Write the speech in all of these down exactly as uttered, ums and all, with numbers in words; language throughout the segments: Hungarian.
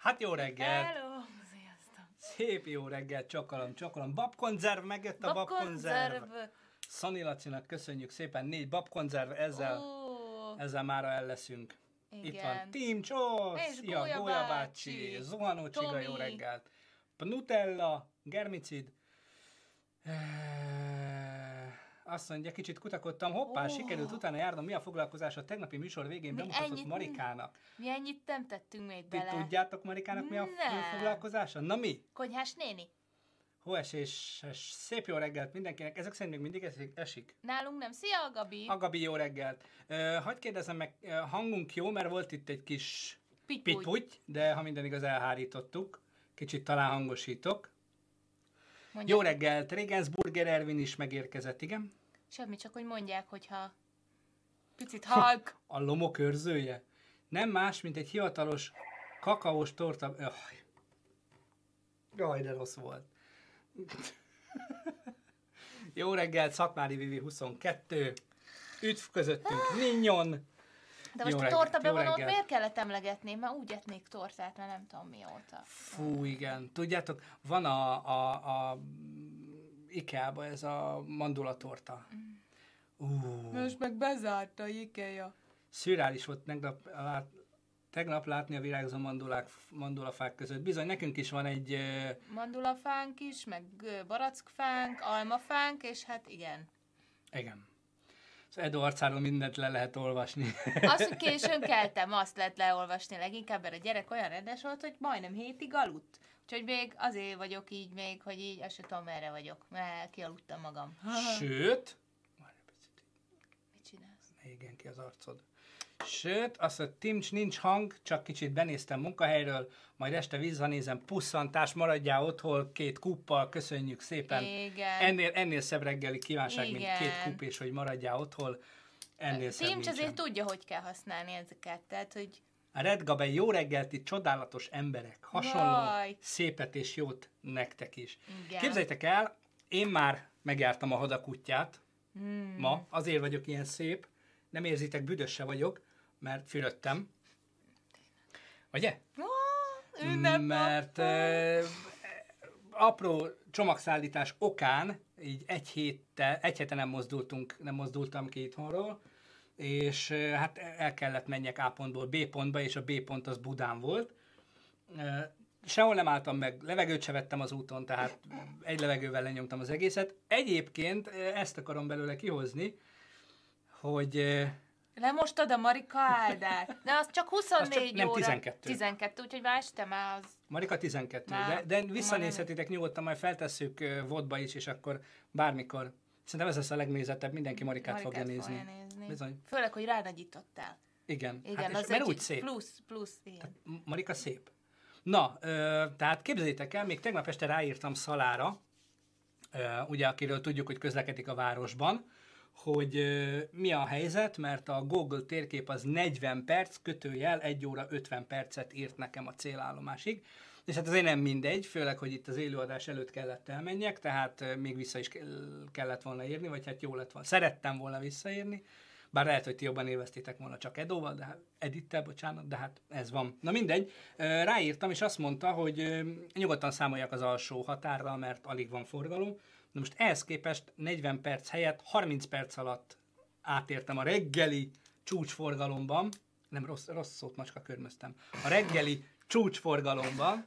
Hát jó reggelt! Hello! Sziasztok! Szép jó reggelt, csokolom, csokolom. Babkonzerv, megjött a babkonzerv. Babkonzerv. Szani Lacinak köszönjük szépen, négy babkonzerv, ezzel, Oh, ezzel mára el leszünk. igen. Itt van Team Csos, És szia, Gólya Gólya bácsi, bácsi, Zuhanó Csiga, Tomi. jó reggelt. Nutella, Germicid. Azt mondja, kicsit kutakodtam, hoppá, Ó. sikerült utána járnom, mi a foglalkozás a tegnapi műsor végén Mi bemutatott ennyit- Marikának. Mi ennyit nem tettünk még Ti bele. tudjátok Marikának mi a Nem. fő foglalkozása? Na mi? Konyhás néni? Hóeséses, szép jó reggelt mindenkinek. Ezek szerint még mindig esik? esik? Nálunk nem. Szia, Gabi! A Gabi, jó reggelt. Uh, hadd kérdezem meg, uh, hangunk jó, mert volt itt egy kis Pitty-puty. pitty, de ha minden igaz, elhárítottuk. Kicsit talán hangosítok. Mondják, Jó reggelt, Regensburger Ervin is megérkezett, igen? Semmi, csak hogy mondják, hogyha picit halk. A lomok őrzője? Nem más, mint egy hivatalos kakaós torta... Jaj, Jaj de rossz volt. Jó reggelt, Szatmári Vivi huszonkettő. Üdv közöttünk, Ninyon. De most Jó a reggelt, torta jó bevonót reggelt. miért kellett emlegetni? Mert úgy etnék tortát, mert nem tudom mióta. Fú, igen. Tudjátok, van a, a, a IKEA-ba ez a mandulatorta. Uh, Most meg bezárta IKEA. szürreális volt tegnap, lát, tegnap látni a virágzó mandulák, mandulafák között. Bizony, nekünk is van egy... ö, Mandulafánk is, meg ö, barackfánk, almafánk, és hát igen. igen. Az Edo arcáról mindent le lehet olvasni. Azt, hogy későn keltem, azt lehet leolvasni leginkább, mert a gyerek olyan rendes volt, hogy majdnem hétig aludt. Úgyhogy még azért vagyok így még, hogy így azt sem tudom, merre vagyok, mert kialudtam magam. Sőt... Várj egy picit. Mit csinálsz? Ne égjen ki az arcod. Sőt, azt mondja, Timcs, nincs hang, csak kicsit benéztem munkahelyről, majd este visszanézem, pusszantás, maradjál otthon, két kuppal, köszönjük szépen. Igen. Ennél, ennél szebb reggeli kívánság, mint Igen. két kup, és hogy maradjál otthon, ennél szebb Timcs nincsen. azért tudja, hogy kell használni ezeket, tehát, hogy A Red Gabe, jó reggelt, itt csodálatos emberek, hasonló, Jaj. szépet és jót nektek is. Igen. Képzeljétek el, én már megjártam a hadakutyát, hmm. ma, azért vagyok ilyen szép, nem érzitek, büdös se vagyok, mert fürödtem. Ugye? Oh, ünnepnap. Mert ö, apró csomagszállítás okán, így egy héttel, egy hete nem mozdultunk, nem mozdultam ki itthonról, és ö, hát el kellett menjek A pontból B pontba, és a B pont az Budán volt. Ö, Sehol nem álltam meg, levegőt se vettem az úton, tehát egy levegővel lenyomtam az egészet. Egyébként ö, ezt akarom belőle kihozni, hogy ö, Lemostad a Marika áldát. De az csak huszonnégy Az csak- nem, óra. tizenkettő. tizenkettő, úgyhogy már este már az... Marika tizenkettő, Már- de, de visszanézhetitek nyugodtan, majd feltesszük uh, vodba is, és akkor bármikor. Szerintem ez lesz a legnézettebb, mindenki Marikát, Marikát fogja nézni. fogja nézni. Bizony. Főleg, hogy ránagyítottál. Igen, Igen, hát és, az mert egy úgy szép. plusz, plusz, igen. Marika szép. Na, ö, tehát képzeljétek el, még tegnap este ráírtam Szalára, ö, ugye akiről tudjuk, hogy közlekedik a városban, hogy ö, mi a helyzet, mert a Google térkép az negyven perc, kötőjel egy óra ötven percet írt nekem a célállomásig, és hát azért nem mindegy, főleg, hogy itt az élőadás előtt kellett elmenjek, tehát ö, még vissza is kell- kellett volna írni, vagy hát jó lett volna. Szerettem volna visszaírni, bár lehet, hogy ti jobban élveztétek volna csak Edóval, de hát Edittel, bocsánat, de hát ez van. Na mindegy, Ö, ráírtam, és azt mondta, hogy ö, nyugodtan számoljak az alsó határral, mert alig van forgalom. Na most ehhez képest negyven perc helyett harminc perc alatt átértem a reggeli csúcsforgalomban, nem rossz, rossz szót macska körmöztem, a reggeli csúcsforgalomban,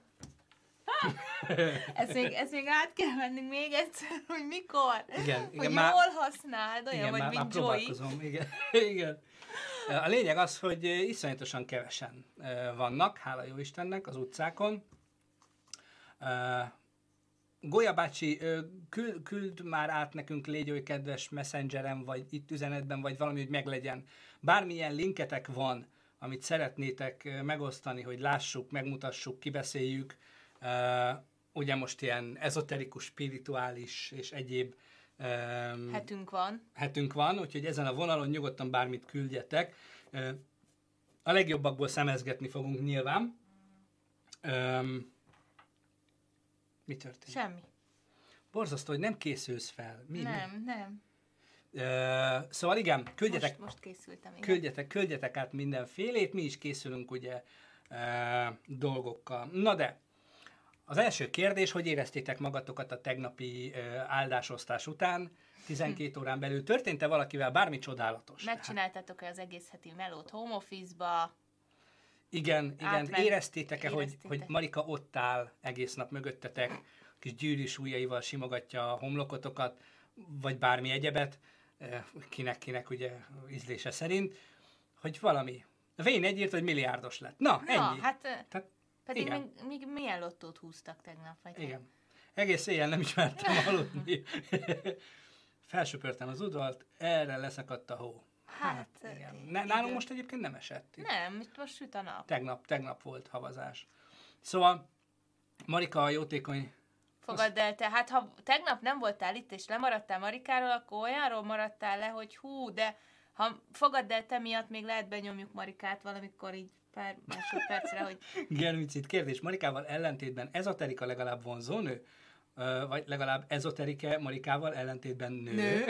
Ezt még, ezt még át kell vennünk még egyszer, hogy mikor. Igen, hogy igen, már- jól használd, olyan igen, vagy, már, már mint Joey. próbálkozom, igen, igen. A lényeg az, hogy iszonyatosan kevesen ö, vannak, hála jó Istennek, az utcákon. Ö, Gólya bácsi, ö, küld, küld már át nekünk, légy oly kedves, Messengeren, vagy itt üzenetben, vagy valami, hogy meglegyen. Bármilyen linketek van, amit szeretnétek ö, megosztani, hogy lássuk, megmutassuk, kibeszéljük. Ö, ugye most ilyen ezoterikus, spirituális és egyéb ö, Hetünk van. hetünk van, úgyhogy ezen a vonalon nyugodtan bármit küldjetek. Ö, A legjobbakból szemezgetni fogunk nyilván. Öm, Mi történt? Semmi. Borzasztó, hogy nem készülsz fel. Mi, Nem, nem. Mi? Ö, szóval igen, küldjetek, Most, most készültem, igen. küldjetek, küldjetek át mindenfélét, mi is készülünk ugye e, dolgokkal. Na de, az első kérdés, hogy éreztétek magatokat a tegnapi e, áldásosztás után? tizenkét órán belül történt-e valakivel bármi csodálatos? Megcsináltátok-e az egész heti melót home office-ba? Igen, igen. Átment- Éreztétek-e, hogy, éreztétek? hogy Marika ott áll egész nap mögöttetek, kis gyűrűs ujjaival simogatja a homlokotokat, vagy bármi egyebet, eh, kinek-kinek ugye ízlése szerint, hogy valami. Vén egy írt, hogy milliárdos lett. Na, ennyi. Na, hát Tehát, pedig igen. még, még milyen lottót húztak tegnap? Vagy igen. Egész éjjel nem ismertem aludni. Felsöpörtem az udvart, erre leszakadt a hó. Hát, igen. igen. Ne, nálunk most egyébként nem esett. Nem, itt most süt a nap. Tegnap, tegnap volt havazás. Szóval Marika a jótékony... Fogadd el te, hát ha tegnap nem voltál itt, és lemaradtál Marikáról, akkor olyanról maradtál le, hogy hú, de ha fogadd el te miatt, még lehet benyomjuk Marikát valamikor így pár másodpercre, hogy Germicid kérdés. Marikával ellentétben ezoterika legalább vonzó nő? Ö, vagy legalább ezoterike Marikával ellentétben nő? Nő.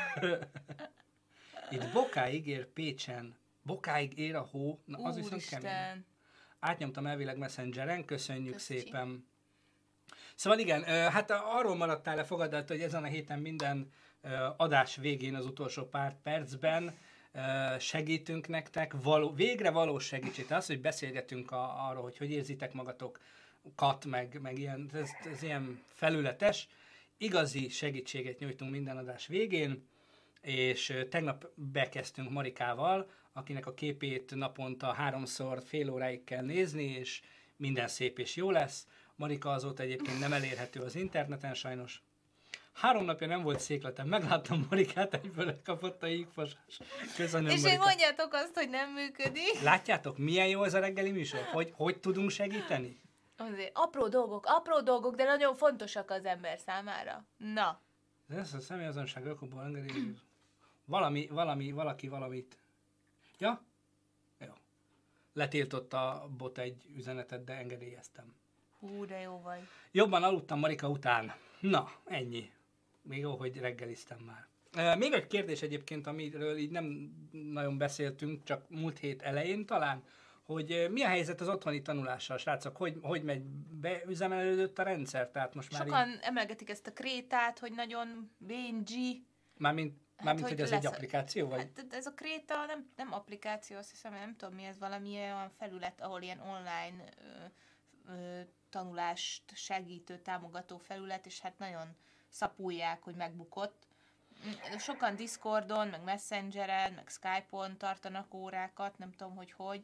Itt bokáig ér Pécsen. Bokáig ér a hó. Na, az viszont kemény. úristen. Átnyomtam elvileg Messengeren, köszönjük Köszi. szépen. Szóval igen, ö, hát arról maradtál le, fogadd el, hogy ezen a héten minden ö, adás végén, az utolsó pár percben ö, segítünk nektek, való, végre valós segítség. Az, hogy beszélgetünk a, arról, hogy hogy érzitek magatokat, meg, meg ilyen, ez, ez ilyen felületes. Igazi segítséget nyújtunk minden adás végén, és ö, tegnap bekezdtünk Marikával, akinek a képét naponta háromszor fél óráig kell nézni, és minden szép és jó lesz. Marika azóta egyébként nem elérhető az interneten sajnos. Három napja nem volt székletem, megláttam Marikát, egyből kapott a jégfosás. Köszönöm, És még Marika. mondjátok azt, hogy nem működik. Látjátok, milyen jó ez a reggeli műsor? Hogy, hogy tudunk segíteni? Azért apró dolgok, apró dolgok, de nagyon fontosak az ember számára. Na, Ez a személyazonosság ökobból engedély. Valami, valami, valaki valamit. Ja? Jó. Letiltott a bot egy üzenetet, de engedélyeztem. hú, de jó vagy. Jobban aludtam Marika után. Na, ennyi. Még jó, hogy reggeliztem már. Uh, még egy kérdés egyébként, amiről így nem nagyon beszéltünk, csak múlt hét elején talán, hogy uh, mi a helyzet az otthoni tanulással, srácok? Hogy, hogy megy? Beüzemelődött a rendszer? Tehát most már Sokan így, emelgetik ezt a krétát, hogy nagyon bénji. mármint, mármint hogy ez egy lesz- applikáció, vagy? Hát ez a kréta nem, nem applikáció, azt hiszem, nem tudom mi ez, valami olyan felület, ahol ilyen online ö, ö, tanulást segítő, támogató felület, és hát nagyon szapulják, hogy megbukott. Sokan Discordon, meg Messengeren, meg Skype-on tartanak órákat, nem tudom, hogy hogy.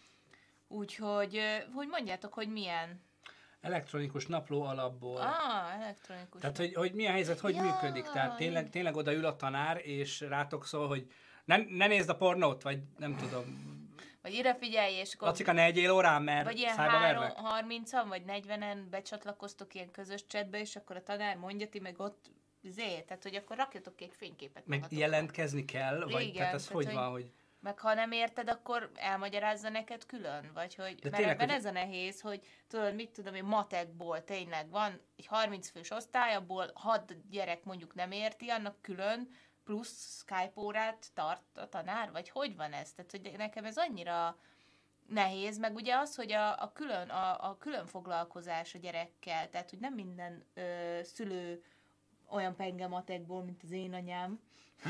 Úgyhogy, ö, hogy mondjátok, hogy milyen? Elektronikus napló alapból. Ah, elektronikus. Tehát, hogy, hogy mi a helyzet, hogy Ja, működik? Tehát tényleg, tényleg odaül a tanár, és rátok szól, hogy ne, ne nézd a pornót, vagy nem tudom. Vagy ide figyelj, és akkor... Lacika, ne egyél órán, mert Vagy ilyen szájba verlek. harmincan vagy negyvenen becsatlakoztok ilyen közös chatbe, és akkor a tanár mondja, ti meg ott zé, tehát hogy akkor rakjatok ki egy fényképet Meg magatokról. jelentkezni kell, vagy Igen, tehát ez tehát, hogy hogy- van, hogy... Meg ha nem érted, akkor elmagyarázza neked külön, vagy hogy, De mert tényleg, ebben hogy- ez a nehéz, hogy tudod, mit tudom én, matekból tényleg van egy harminc fős osztály, abból hat gyerek mondjuk nem érti, annak külön plusz Skype órát tart a tanár, vagy hogy van ez? Tehát, hogy nekem ez annyira nehéz, meg ugye az, hogy a, a, külön, a, a külön foglalkozás a gyerekkel, tehát, hogy nem minden ö, szülő olyan penge matekból, mint az én anyám,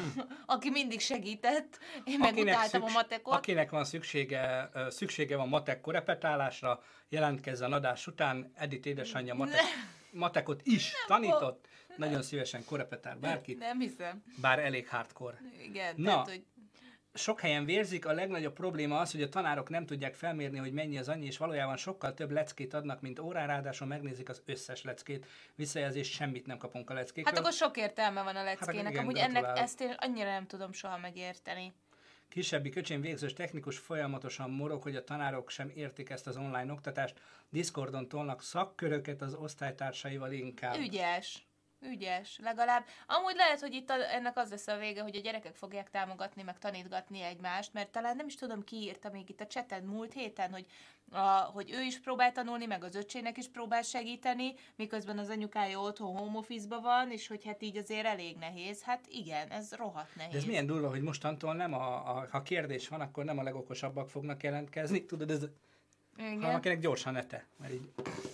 aki mindig segített, én meg utáltam a matekot. akinek van szüksége, ö, szüksége van matek korepetálásra, jelentkezzen adás után, Edith édesanyja matek, matekot is tanított, nagyon szívesen korepetál bárkit, Nem hiszem. bár elég hardcore. Igen, Na. tehát, hogy Sok helyen vérzik, a legnagyobb probléma az, hogy a tanárok nem tudják felmérni, hogy mennyi az annyi, és valójában sokkal több leckét adnak, mint órán, ráadásul megnézik az összes leckét. Visszajelzés, semmit nem kapunk a leckékről. hát akkor sok értelme van a leckének, igen, amúgy ennek gratulálok. ezt én annyira nem tudom soha megérteni. Kisebbi köcsém végzős technikus folyamatosan morog, hogy a tanárok sem értik ezt az online oktatást. Discordon tolnak szakköröket az osztálytársaival inkább. Ügyes. Ügyes, legalább. Amúgy lehet, hogy itt a, ennek az lesz a vége, hogy a gyerekek fogják támogatni, meg tanítgatni egymást, mert talán nem is tudom, ki írta még itt a chaten múlt héten, hogy, a, hogy ő is próbál tanulni, meg az öcsének is próbál segíteni, miközben az anyukája otthon home office-ba van, és hogy hát így azért elég nehéz. Hát igen, ez rohadt nehéz. De ez milyen durva, hogy mostantól nem, a, a, ha kérdés van, akkor nem a legokosabbak fognak jelentkezni. Tudod, ez Igen. hanem akinek gyorsan ete. Mert így...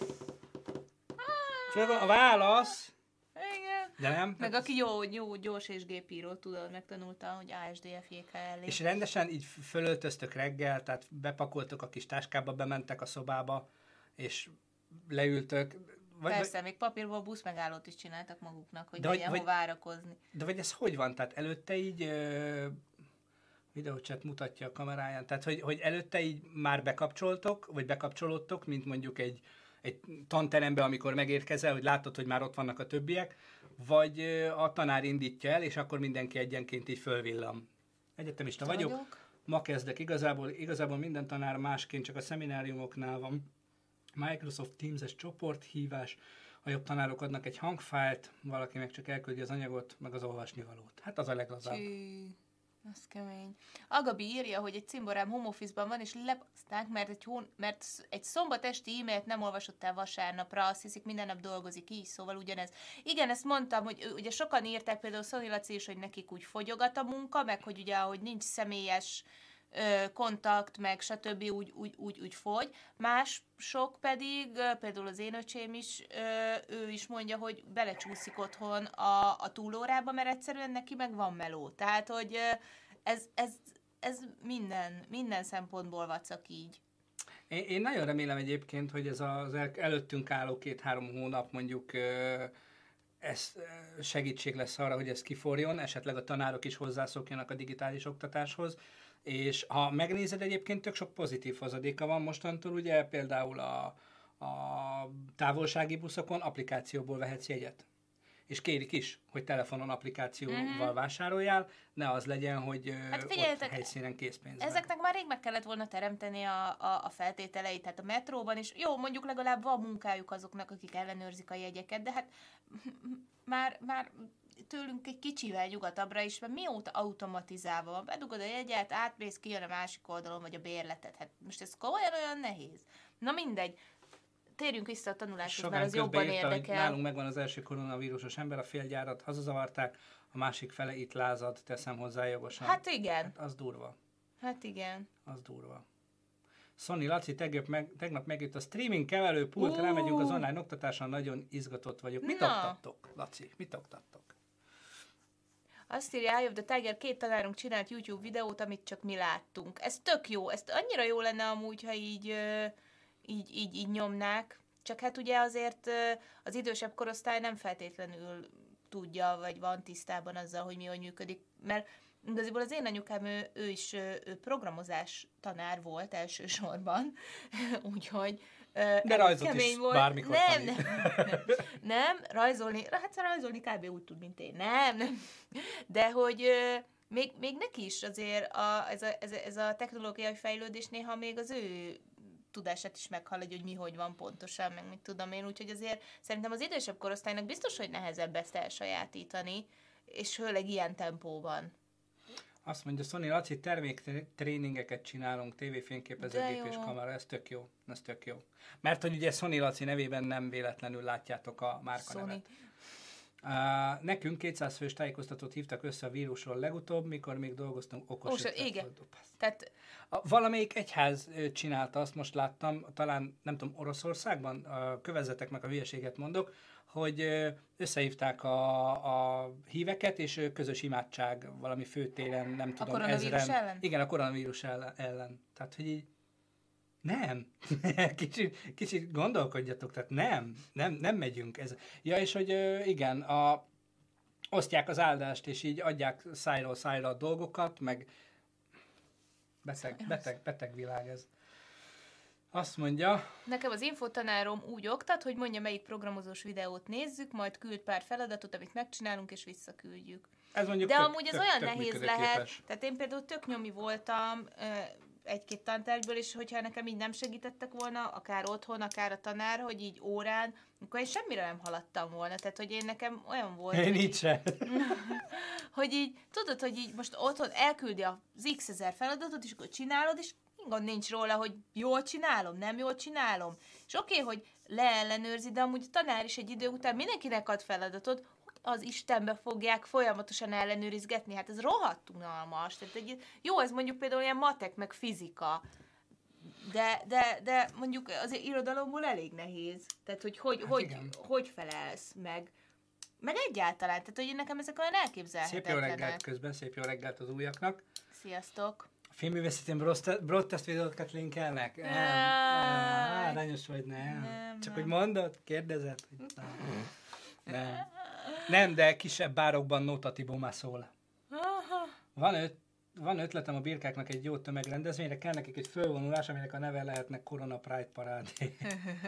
Ah. A válasz... Igen. De nem? Meg aki jó, jó gyors és gépíró, tudod, megtanulta, hogy á es dé ef jé ká el. És rendesen így fölöltöztök reggel, tehát bepakoltok a kis táskába, bementek a szobába, és leültök. Vagy, Persze, vagy, még papírból buszmegállót is csináltak maguknak, hogy de legyen vagy, hova várakozni. De vagy ez hogy van? Tehát előtte így... Ö, videóchat mutatja a kameráján, tehát hogy, hogy előtte így már bekapcsoltok, vagy bekapcsolódtok, mint mondjuk egy, egy tanterembe, amikor megérkezel, hogy látod, hogy már ott vannak a többiek, vagy a tanár indítja el, és akkor mindenki egyenként így fölvillam. Egyetemista vagyok, vagyok, ma kezdek igazából, igazából minden tanár másként, csak a szemináriumoknál van Microsoft Teams-es csoporthívás, a jobb tanárok adnak egy hangfájlt, valaki meg csak elküldi az anyagot, meg az olvasnivalót. Hát az a leglazább. Csű. Az kemény. Agabi írja, hogy egy cimborám home office-ban van, és lebaszták, mert egy, hón, mert egy szombat esti e-mailt nem olvasott el vasárnapra, azt hiszik, minden nap dolgozik így, szóval ugyanez. Igen, ezt mondtam, hogy ugye sokan írták, például Szoni Laci is, hogy nekik úgy fogyogat a munka, meg hogy ugye, ahogy nincs személyes ö, kontakt, meg stb. úgy, úgy, úgy, úgy fogy. Mások pedig, például az én öcsém is, ö, ő is mondja, hogy belecsúszik otthon a, a túlórába, mert egyszerűen neki meg van meló. Tehát, hogy ez, ez, ez minden, minden szempontból vacak így. Én, én nagyon remélem egyébként, hogy ez az előttünk álló két-három hónap mondjuk ez segítség lesz arra, hogy ez kiforjon, esetleg a tanárok is hozzászokjanak a digitális oktatáshoz, és ha megnézed, egyébként tök sok pozitív hozadéka van mostantól, ugye például a, a távolsági buszokon applikációból vehetsz jegyet. És kérik is, hogy telefonon applikációval mm-hmm. vásároljál, ne az legyen, hogy hát ott helyszínen készpénzben. Ezeknek már rég meg kellett volna teremteni a, a, a feltételeit, tehát a metróban is. Jó, mondjuk legalább van munkájuk azoknak, akik ellenőrzik a jegyeket, de hát már, már tőlünk egy kicsivel nyugatabbra is, mert mióta automatizálva van. Bedugod a jegyet, átmész, kijön a másik oldalon, vagy a bérletet. Hát most ez komolyan olyan nehéz. Na mindegy. Térjünk vissza a tanuláshoz, mert az jobban írta, érdekel. Nálunk megvan az első koronavírusos ember, a félgyárat hazazavarták, a másik fele itt lázad, teszem hozzá jogosan. Hát igen. Hát az durva. Hát igen. Az durva. Szoni Laci, tegnap, meg, tegnap megjött a streaming keverő pult, uh. rámegyünk az online oktatáson, nagyon izgatott vagyok. Mit Na. oktattok, Laci? Mit oktattok? Azt írja Eye of the Tiger, két tanárunk csinált YouTube videót, amit csak mi láttunk. Ez tök jó, ez annyira jó lenne amúgy, ha így... Így, így, így nyomnák, csak hát ugye azért az idősebb korosztály nem feltétlenül tudja, vagy van tisztában azzal, hogy mi hogy működik, mert igazából az én anyukám, ő, ő is ő programozás tanár volt elsősorban, úgyhogy de rajzot is volt. Bármikor nem, nem, nem, nem, rajzolni, hát rajzolni kb. Úgy tud, mint én, nem, nem, de hogy még, még neki is azért a, ez, a, ez, a, ez a technológiai fejlődés néha még az ő tudását is meghaladja, hogy mi hogy van pontosan, meg mit tudom én, úgyhogy azért szerintem az idősebb korosztálynak biztos, hogy nehezebb ezt elsajátítani, és főleg ilyen tempóban. Azt mondja, Szoni Laci, terméktréningeket csinálunk, tévéfényképezőgép és kamera, ez tök jó, ez tök jó. Mert hogy ugye Szoni Laci nevében nem véletlenül látjátok a márkanevet. Uh, nekünk kétszáz fős tájékoztatót hívtak össze a vírusról legutóbb, mikor még dolgoztunk okos. Ó, igen. Tehát... A, valamelyik egyház csinálta, azt most láttam, talán nem tudom, Oroszországban, a kövezzetek meg a hülyeséget mondok, hogy összehívták a, a híveket, és közös imádság valami főtéren, nem tudom, a koronavírus ezren. ellen? Igen, a koronavírus ellen. ellen. Tehát, hogy így nem. kicsit, kicsit gondolkodjatok, tehát nem, nem, nem megyünk. Ez. Ja, és hogy igen, a, osztják az áldást, és így adják szájról szájra a dolgokat, meg beteg, beteg, beteg világ ez. Azt mondja... Nekem az infotanárom úgy oktat, hogy mondja, melyik programozós videót nézzük, majd küld pár feladatot, amit megcsinálunk, és visszaküldjük. Ez mondjuk De tök, amúgy ez tök, olyan tök nehéz lehet, tehát én például tök nyomi voltam egy-két tantárgyből, és hogyha nekem így nem segítettek volna, akár otthon, akár a tanár, hogy így órán, akkor én semmire nem haladtam volna. Tehát, hogy én nekem olyan volt, én hogy, így se. hogy így, tudod, hogy így most otthon elküldi az x ezer feladatot, és akkor csinálod, és gond nincs róla, hogy jól csinálom, nem jól csinálom. És oké, okay, hogy leellenőrzi, de amúgy a tanár is egy idő után mindenkinek ad feladatot, az Istenbe fogják folyamatosan ellenőrizgetni. Hát ez rohadt unalmas. Tehát egy, jó, ez mondjuk például ilyen matek, meg fizika. De, de, de mondjuk azért irodalomból elég nehéz. Tehát, hogy hogy, hát hogy, hogy felelsz meg. Meg egyáltalán, tehát, hogy nekem ezek olyan elképzelhetetlenek. Szép jó reggelt közben, szép jó reggelt az újaknak. Sziasztok. A filmművészetén broadcast videókat linkelnek? Arányos vagy, nem. nem Csak nem. Hogy mondod, kérdezed? Hogy nem. Nem, de kisebb bárokban Nóta Tibó már szól. Van, öt, van ötletem a birkáknak egy jó tömegrendezvényre, kell nekik egy fölvonulás, aminek a neve lehetnek Corona Pride parádé.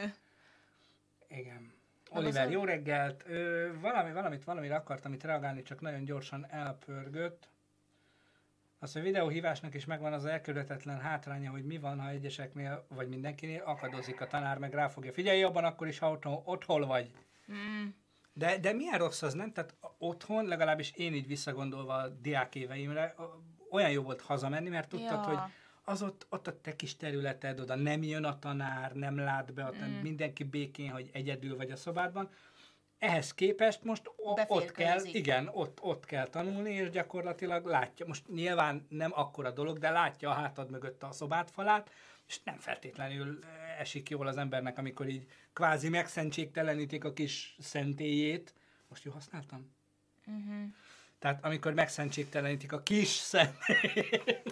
Igen. Oliver, jó reggelt! Ö, valami, valamit, valamire akartam itt reagálni, csak nagyon gyorsan elpörgött. Azt a videóhívásnak is megvan az elkerülhetetlen hátránya, hogy mi van, ha egyeseknél, vagy mindenkinél akadozik a tanár, meg ráfogja. Figyelj jobban akkor is, ha otthon, otthon vagy. Mm. De, de milyen rossz az, nem? Tehát otthon, legalábbis én így visszagondolva a diák éveimre, olyan jó volt hazamenni, mert tudtad, ja. hogy az ott, ott a te kis területed, oda nem jön a tanár, nem lát be, ott mm. mindenki békén, hogy egyedül vagy a szobádban. Ehhez képest most o- ott kell, igen, ott, ott kell tanulni, és gyakorlatilag látja, most nyilván nem akkora dolog, de látja a hátad mögött a szobád falát, és nem feltétlenül esik jól az embernek, amikor így kvázi megszentségtelenítik a kis szentélyét. Most jó használtam? Uh-huh. Tehát amikor megszentségtelenítik a kis szentélyét.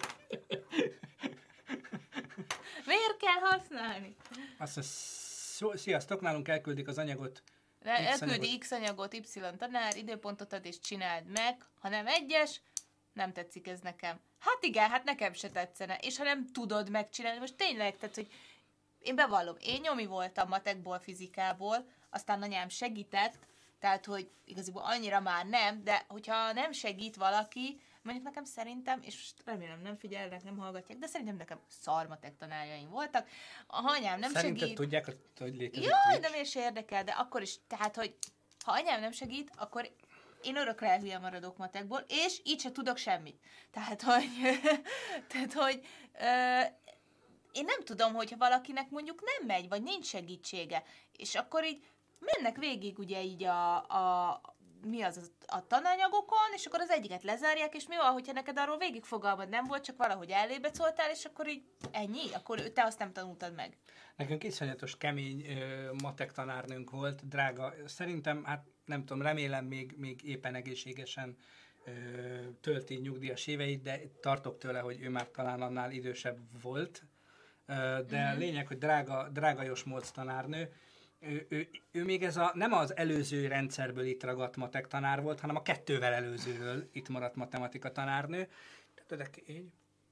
Miért kell használni? Azt mondja, sziasztok, nálunk elküldik az anyagot. Elküldi X anyagot, Y tanár, időpontot ad és csináld meg. Ha nem egyes, nem tetszik ez nekem. Hát igen, hát nekem se tetszene. És ha nem tudod megcsinálni, most tényleg, tehát, hogy én bevallom, én nyomi voltam matekból, fizikából, aztán anyám segített, tehát, hogy igazából annyira már nem, de hogyha nem segít valaki, mondjuk nekem szerintem, és remélem nem figyelnek, nem hallgatják, de szerintem nekem szarmatek tanárjaim voltak. Ha anyám nem Szerinted segít... tudják, hogy létezik Jaj, de miért se érdekel, de akkor is, tehát, hogy ha anyám nem segít, akkor én örökre elhülye maradok matekból, és így se tudok semmit. Tehát, hogy, tehát, hogy ö, én nem tudom, hogyha valakinek mondjuk nem megy, vagy nincs segítsége, és akkor így mennek végig ugye így a, a mi az a tananyagokon, és akkor az egyiket lezárják, és mi van, hogyha neked arról végig fogalmad nem volt, csak valahogy ellébe szóltál, és akkor így ennyi? Akkor te azt nem tanultad meg. Nekünk iszonyatos kemény ö, matek tanárnőnk volt, drága. Szerintem, hát nem tudom, remélem még, még éppen egészségesen ö, tölti nyugdíjas éveit, de tartok tőle, hogy ő már talán annál idősebb volt. Ö, de mm-hmm. lényeg, hogy drága, drága Josmolc tanárnő, Ő, ő, ő még ez a, nem az előző rendszerből itt ragadt matek tanár volt, hanem a kettővel előzőről itt maradt matematika tanárnő. Tehát így.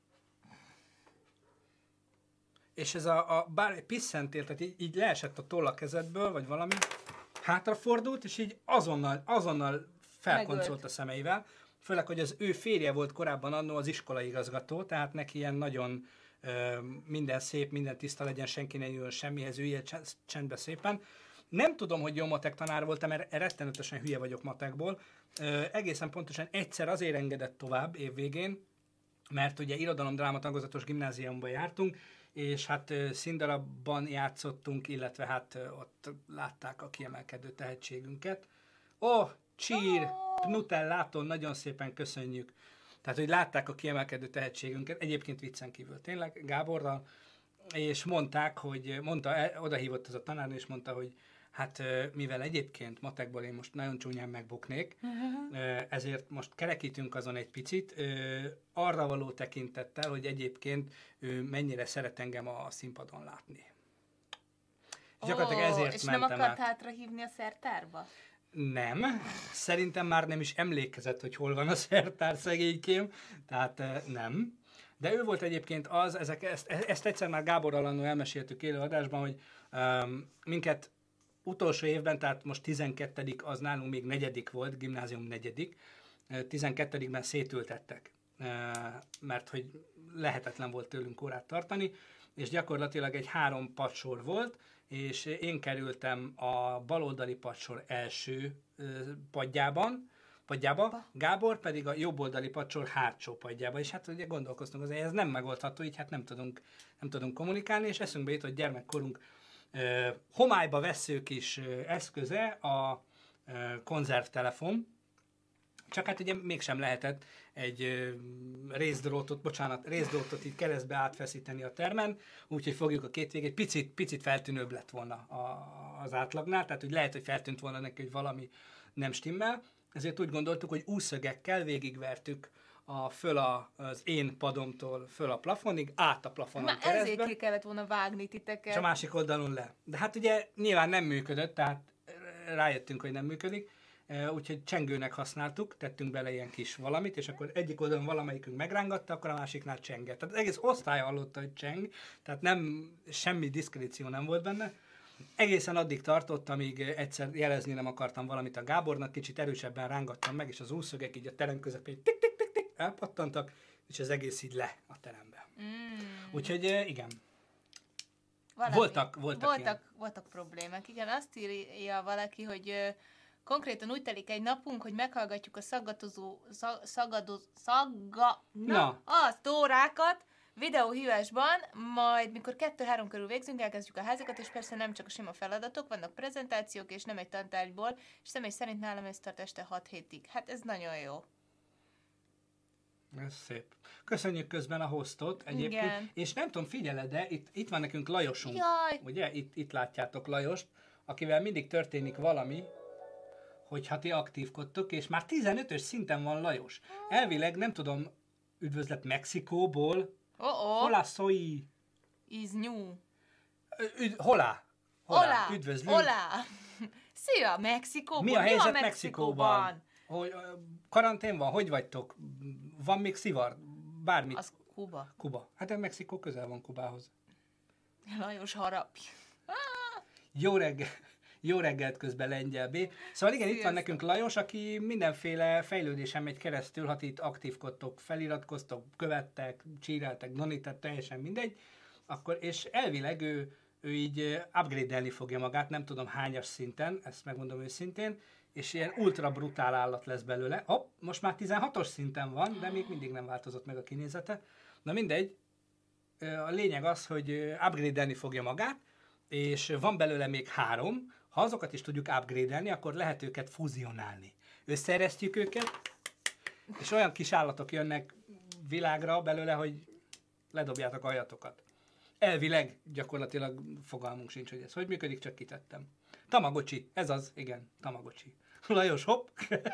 És ez a, a bár pisszentél, tehát így, így leesett a toll a kezedből, vagy valami, hátrafordult, és így azonnal, azonnal felkoncolt a szemeivel. Főleg, hogy az ő férje volt korábban annó az iskolaigazgató, tehát neki ilyen nagyon minden szép, minden tiszta legyen, senki ne jöjjön semmihez, üljél csendbe szépen. Nem tudom, hogy jó matek tanár voltam, mert rettenetesen hülye vagyok matekból. Egészen pontosan egyszer azért engedett tovább évvégén, mert ugye irodalom-dráma tagozatos gimnáziumban jártunk, és hát színdarabban játszottunk, illetve hát ott látták a kiemelkedő tehetségünket. Ó, oh, Csír, Pnutellától nagyon szépen köszönjük. Tehát, hogy látták a kiemelkedő tehetségünket, egyébként viccen kívül tényleg, Gáborral, és mondták, hogy, mondta, odahívott az a tanárnő, és mondta, hogy hát mivel egyébként matekból én most nagyon csúnyán megbuknék, uh-huh. ezért most kerekítünk azon egy picit, arra való tekintettel, hogy egyébként ő mennyire szeret engem a színpadon látni. És gyakorlatilag ezért és mentem nem akart át. hátrahívni a szertárba? Nem. Szerintem már nem is emlékezett, hogy hol van a szertár, szegénykém. Tehát nem. De ő volt egyébként az, ezek, ezt, ezt egyszer már Gáborral annól elmeséltük élő adásban, hogy um, minket utolsó évben, tehát most tizenkettedik az nálunk még negyedik volt, gimnázium negyedik, tizenkettedikben szétültettek, mert hogy lehetetlen volt tőlünk órát tartani, és gyakorlatilag egy három padsor volt, és én kerültem a baloldali padsor első padjában, padjába, Gábor pedig a jobboldali padsor hátsó padjába, és hát ugye gondolkoztunk, hogy ez nem megoldható, így hát nem tudunk, nem tudunk kommunikálni, és eszünkbe jutott gyermekkorunk uh, homályba vesző kis uh, eszköze a uh, konzervtelefon. Csak hát ugye mégsem lehetett egy ö, részdrótot, bocsánat, részdrótot így keresztbe átfeszíteni a termen, úgyhogy fogjuk a két végét, picit, picit feltűnőbb lett volna a, az átlagnál, tehát hogy lehet, hogy feltűnt volna neki, hogy valami nem stimmel, ezért úgy gondoltuk, hogy úszögekkel végigvertük a, föl a, az én padomtól föl a plafonig, át a plafonon Már keresztbe, ezért ki kellett volna vágni titeket. és a másik oldalon le. De hát ugye nyilván nem működött, tehát rájöttünk, hogy nem működik, úgyhogy csengőnek használtuk, tettünk bele ilyen kis valamit, és akkor egyik oldalon valamelyikünk megrángatta, akkor a másiknál csengett. Tehát az egész osztály hallotta, hogy cseng, tehát nem, semmi diszkréció nem volt benne. Egészen addig tartott, amíg egyszer jelezni nem akartam valamit a Gábornak, kicsit erősebben rángattam meg, és az úszögek így a terem közepén tik-tik-tik-tik elpattantak, és az egész így le a terembe. Mm. Úgyhogy igen. Valami. Voltak, voltak, voltak, voltak problémák. Igen, azt írja valaki, hogy ö, konkrétan úgy telik egy napunk, hogy meghallgatjuk a szaggatozó, szag, szaggadó, szagga, na, na. azt órákat videóhívásban, majd mikor kettő-három körül végzünk, elkezdjük a házikat, és persze nem csak a sima feladatok, vannak prezentációk, és nem egy tantárgyból, és személy szerint nálam ez tart este hat hétig. Hát ez nagyon jó. Ez szép. Köszönjük közben a hostot egyébként. Igen. És nem tudom, figyeled, de itt, itt van nekünk Lajosunk. Jaj. Ugye? Itt, itt látjátok Lajost, akivel mindig történik valami, hogyha ti aktívkodtok, és már tizenötös szinten van Lajos. Elvileg, nem tudom, üdvözlet Mexikóból. Oh-oh. Hola, soy. Is new. Üd, hola. Hola. Hola. Üdvözlünk. Hola. Szia, Mexikóból. Mi a helyzet Mexikóban? Mexikóban? Hogy, karantén van? Hogy vagytok? Van még szivar? Bármit? Az Kuba. Kuba. Hát a Mexikó közel van Kubához. Lajos harapj. Jó reggel. Jó reggelt közben Lengyel B. Szóval igen, Sziasztok. Itt van nekünk Lajos, aki mindenféle fejlődésen megy keresztül, ha itt aktívkodtok, feliratkoztok, követtek, csíreltek, donitett, teljesen mindegy, akkor, és elvileg ő, ő így upgrade-elni fogja magát, nem tudom hányas szinten, ezt megmondom őszintén, és ilyen ultra brutál állat lesz belőle. Hopp, most már tizenhatos szinten van, de még mindig nem változott meg a kinézete. Na mindegy, a lényeg az, hogy upgrade-elni fogja magát, és van belőle még három. Ha azokat is tudjuk upgrade-elni, akkor lehet őket fúzionálni. Összeeresztjük őket, és olyan kis állatok jönnek világra belőle, hogy ledobjátok aljatokat. Elvileg gyakorlatilag fogalmunk sincs, hogy ez hogy működik, csak kitettem. Tamagocsi, ez az, igen, Tamagocsi. Lajos, hopp!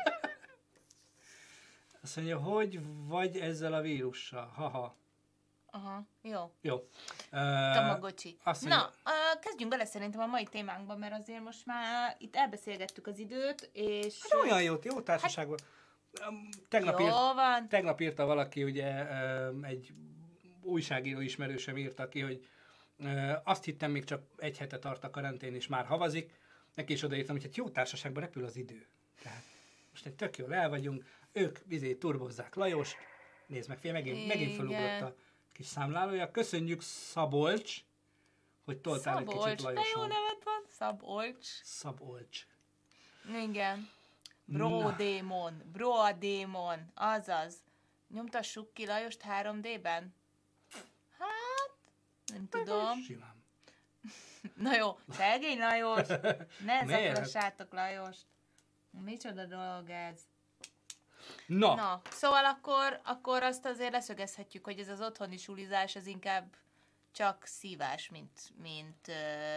Azt mondja, hogy vagy ezzel a vírussal, haha. Aha, jó. Jó. Uh, Tamagocsi. Na, uh, kezdjünk bele szerintem a mai témánkban, mert azért most már itt elbeszélgettük az időt, és... Hát olyan jó, jó társaságban. Hát, tegnap, jó írt, van. tegnap írta valaki, ugye egy újságíró ismerősöm írta ki, hogy azt hittem, még csak egy hete tart a karantén, és már havazik. Neki is odaírtam, hogy hát jó társaságban repül az idő. Tehát most egy tök jól el vagyunk, ők vizé turbozzák Lajost, nézd meg, fél, megint, megint felugrott a kis számlálója. Köszönjük Szabolcs, hogy toltál Szabolcs. Egy kicsit Lajoson. Szabolcs, de jó nevet van, Szabolcs. Szabolcs. Igen. Brodémon, Brodémon, azaz. Nyomtassuk ki Lajost három dé-ben? Hát, nem tudom. Simán. Na jó, szegény Lajos, ne zaklassátok Lajost. Micsoda dolog ez. Na. Na, szóval akkor, akkor azt azért leszögezhetjük, hogy ez az otthoni sulizás, ez inkább csak szívás, mint, mint,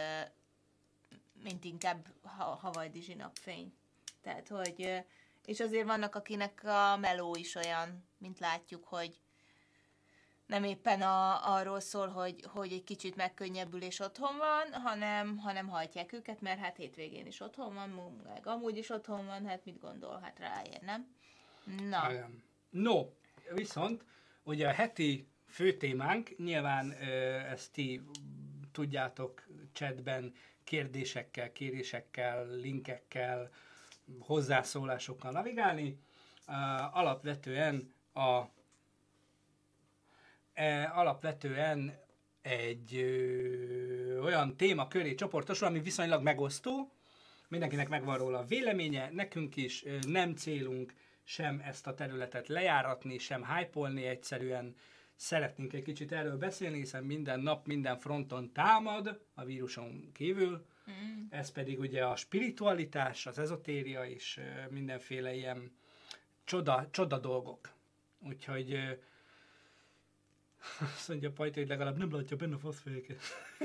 mint inkább havajdizsi napfény. Tehát, hogy, és azért vannak, akinek a meló is olyan, mint látjuk, hogy nem éppen a, arról szól, hogy, hogy egy kicsit megkönnyebbül és otthon van, hanem, hanem hajtják őket, mert hát hétvégén is otthon van, meg amúgy is otthon van, hát mit gondol, hát ráér, nem? Na. No, viszont ugye a heti fő témánk, nyilván ezt ti tudjátok chatben kérdésekkel, kérésekkel, linkekkel, hozzászólásokkal navigálni. Alapvetően a alapvetően egy ö, olyan téma köré csoportosul, ami viszonylag megosztó, mindenkinek megvan róla a véleménye, nekünk is ö, nem célunk sem ezt a területet lejáratni, sem hype-olni, egyszerűen szeretnénk egy kicsit erről beszélni, hiszen minden nap, minden fronton támad a víruson kívül, mm. ez pedig ugye a spiritualitás, az ezotéria és ö, mindenféle ilyen csoda, csoda dolgok. Úgyhogy ö, azt mondja Pajta, hogy legalább nem látja benne a faszfejeket.